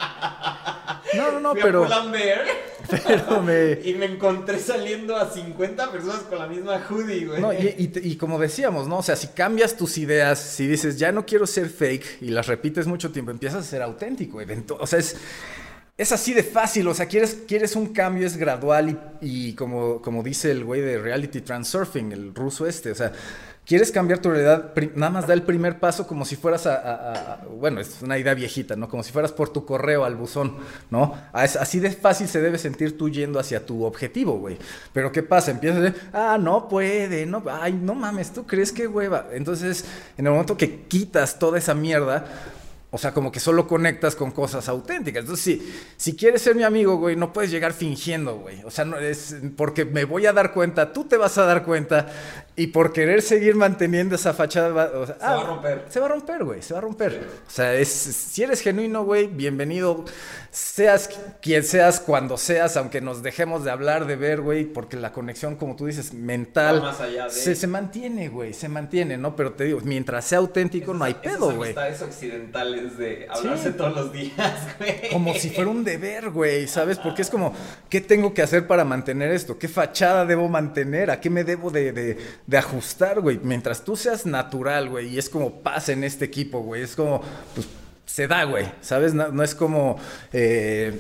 No, no, no, fui pero, a Pull&Bear pero me... y me encontré saliendo a cincuenta personas con la misma hoodie, güey. No, y, y, y como decíamos, ¿no? O sea, si cambias tus ideas, si dices, ya no quiero ser fake y las repites mucho tiempo, empiezas a ser auténtico. Evento- o sea, es, es así de fácil. O sea, quieres, quieres un cambio, es gradual y, y como, como dice el güey de Reality Transurfing, el ruso este, o sea, quieres cambiar tu realidad, pri- nada más da el primer paso como si fueras a, a- a- a- bueno, es una idea viejita, ¿no? Como si fueras por tu correo al buzón, ¿no? A- es- Así de fácil se debe sentir tú yendo hacia tu objetivo, güey. Pero ¿qué pasa? Empiezas a decir, ah, no puede, no, ay, no mames, ¿tú crees que hueva? Entonces, en el momento que quitas toda esa mierda, o sea, como que solo conectas con cosas auténticas. Entonces, si, si quieres ser mi amigo, güey, no puedes llegar fingiendo, güey. O sea, no es porque me voy a dar cuenta, tú te vas a dar cuenta, y por querer seguir manteniendo esa fachada, va- o sea, Se va a romper. Se va a romper, güey, se va a romper. O sea, es, si eres genuino, güey, bienvenido. Seas quien seas, cuando seas, aunque nos dejemos de hablar, de ver, güey, porque la conexión, como tú dices, mental, Va más allá de- se, se mantiene, güey, se mantiene, ¿no? Pero te digo, mientras sea auténtico, no hay Esas- pedo, esas güey. amistades occidentales de hablarse Sí. todos los días, güey. Como si fuera un deber, güey, ¿sabes? Porque es como, ¿qué tengo que hacer para mantener esto? ¿Qué fachada debo mantener? ¿A qué me debo de, de, de ajustar, güey? Mientras tú seas natural, güey, y es como pasa en este equipo, güey, es como, pues, se da, güey, ¿sabes? No, no es como... Eh,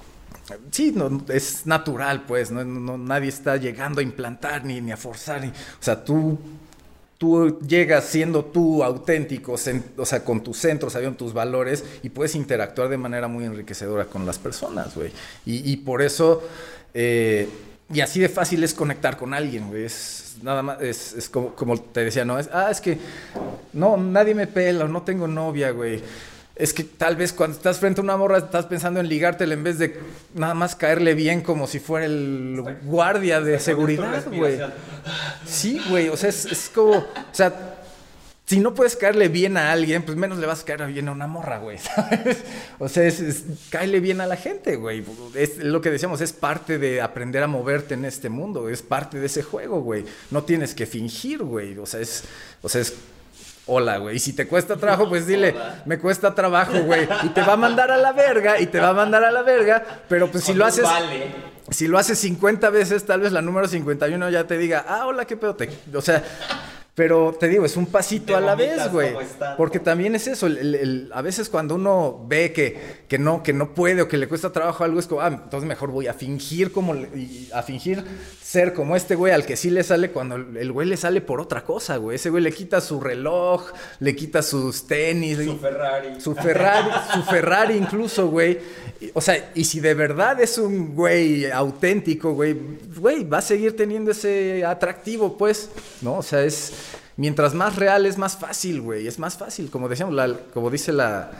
sí, no, es natural, pues, no, no- nadie está llegando a implantar ni, ni a forzar, ni- o sea, tú... Tú llegas siendo tú auténtico, sen- o sea, con tus centros, sabiendo tus valores, y puedes interactuar de manera muy enriquecedora con las personas, güey. Y, y por eso, eh, y así de fácil es conectar con alguien, güey. Es nada más, es, es como, como te decía, no, es, ah, es que no, nadie me pela, o no tengo novia, güey. Es que tal vez cuando estás frente a una morra estás pensando en ligártela en vez de nada más caerle bien como si fuera el guardia de Hasta con tu seguridad, güey. respiración. Sí, güey, o sea, es, es como, o sea, si no puedes caerle bien a alguien, pues menos le vas a caer bien a una morra, güey, ¿sabes? O sea, es, es caerle bien a la gente, güey. Es lo que decíamos, es parte de aprender a moverte en este mundo, es parte de ese juego, güey. No tienes que fingir, güey, o sea, es, o sea, es... Hola, güey. Y si te cuesta trabajo, pues dile, Hola. me cuesta trabajo, güey. Y te va a mandar a la verga, y te va a mandar a la verga, pero pues si Con lo un haces... Vale. Si lo haces cincuenta veces, tal vez la número cincuenta y uno ya te diga, ah, hola, qué pedo. Te... O sea, pero te digo, es un pasito Te a la vomitas vez, güey. como estando. Porque también es eso. El, el- el- a veces cuando uno ve que, que, no, que no puede o que le cuesta trabajo algo, es como, ah, entonces mejor voy a fingir como, le- y a fingir ser como este güey al que sí le sale cuando el el güey le sale por otra cosa, güey. Ese güey le quita su reloj, le quita sus tenis, Su le- Ferrari. su Ferrari, su Ferrari incluso, güey. Y- O sea, y si de verdad es un güey auténtico, güey, güey, va a seguir teniendo ese atractivo, pues, ¿no? O sea, es... Mientras más real es más fácil, güey. Es más fácil, como decíamos, la, como dice la...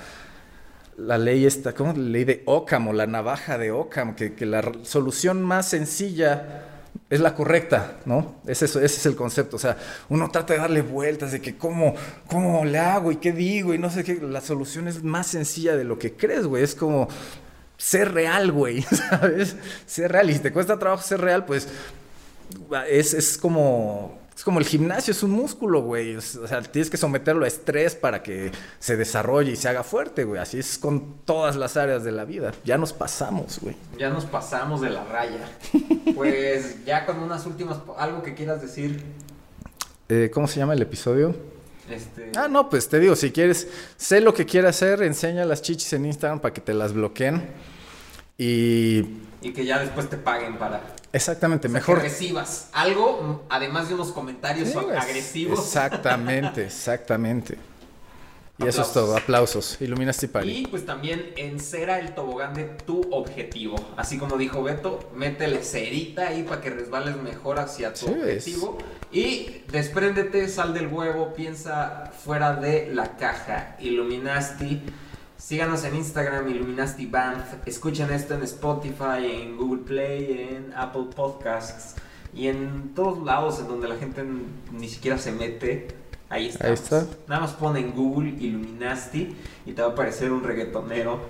La ley esta, ¿cómo? La ley de Occam o la navaja de Occam, que, que la r- solución más sencilla es la correcta, ¿no? Es eso, ese es el concepto. O sea, uno trata de darle vueltas de que cómo, cómo le hago y qué digo y no sé qué. La solución es más sencilla de lo que crees, güey. Es como ser real, güey, ¿sabes? Ser real. Y si te cuesta trabajo ser real, pues es, es como... Es como el gimnasio, es un músculo, güey. O sea, tienes que someterlo a estrés para que se desarrolle y se haga fuerte, güey. Así es con todas las áreas de la vida. Ya nos pasamos, güey. Ya nos pasamos de la raya. Pues ya con unas últimas... ¿Algo que quieras decir? Eh, ¿Cómo se llama el episodio? Este... Ah, no, pues te digo, si quieres, sé lo que quieras hacer, enseña las chichis en Instagram para que te las bloqueen. Y... Y que ya después te paguen para... Exactamente, o sea, mejor... que recibas algo, además de unos comentarios sí, agresivos. Exactamente, exactamente. Y aplausos. Eso es todo, aplausos. Illuminati Party. Y pues también encera el tobogán de tu objetivo. Así como dijo Beto, métele cerita ahí para que resbales mejor hacia tu sí, objetivo. Es. Y despréndete, sal del huevo, piensa fuera de la caja. Illuminati. Síganos en Instagram, Illuminati Band. Escuchen esto en Spotify, en Google Play, en Apple Podcasts y en todos lados en donde la gente ni siquiera se mete. Ahí estamos. Ahí está. Nada más pon en Google Illuminati y te va a aparecer un reggaetonero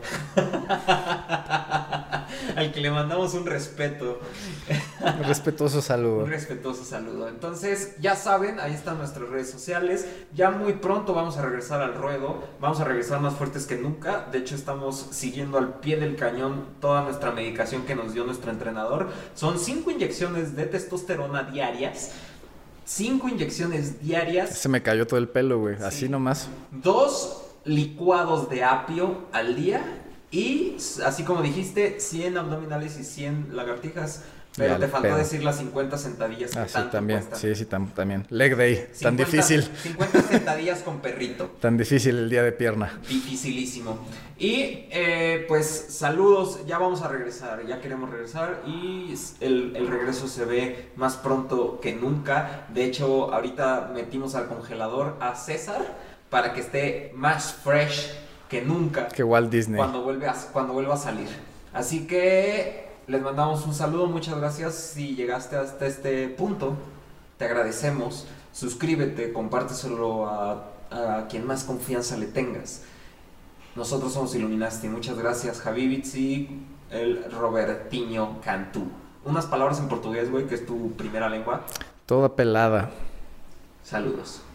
al que le mandamos un respeto. Un respetuoso saludo. Un respetuoso saludo. Entonces, ya saben, ahí están nuestras redes sociales. Ya muy pronto vamos a regresar al ruedo. Vamos a regresar más fuertes que nunca. De hecho, estamos siguiendo al pie del cañón toda nuestra medicación que nos dio nuestro entrenador. Son cinco inyecciones de testosterona diarias. Cinco inyecciones diarias. Se me cayó todo el pelo, güey. Sí. Así nomás. Dos licuados de apio al día. Y, así como dijiste, cien abdominales y cien lagartijas. Pero ya, te faltó pedo. decir las cincuenta sentadillas que ah, sí, tanto también. cuestan. Sí, sí, tam- también. Leg day, cincuenta, tan difícil. cincuenta sentadillas con perrito. Tan difícil el día de pierna. Dificilísimo. Y eh, pues saludos, ya vamos a regresar, ya queremos regresar y el, el regreso se ve más pronto que nunca. De hecho, ahorita metimos al congelador a César para que esté más fresh que nunca. Que Walt Disney. Cuando vuelve a, cuando vuelva a salir. Así que... les mandamos un saludo, muchas gracias si llegaste hasta este punto, te agradecemos, suscríbete, compárteselo a, a quien más confianza le tengas. Nosotros somos Illuminati, muchas gracias Javivitz y el Robertinho Cantú. Unas palabras en portugués, güey, que es tu primera lengua. Toda pelada. Saludos.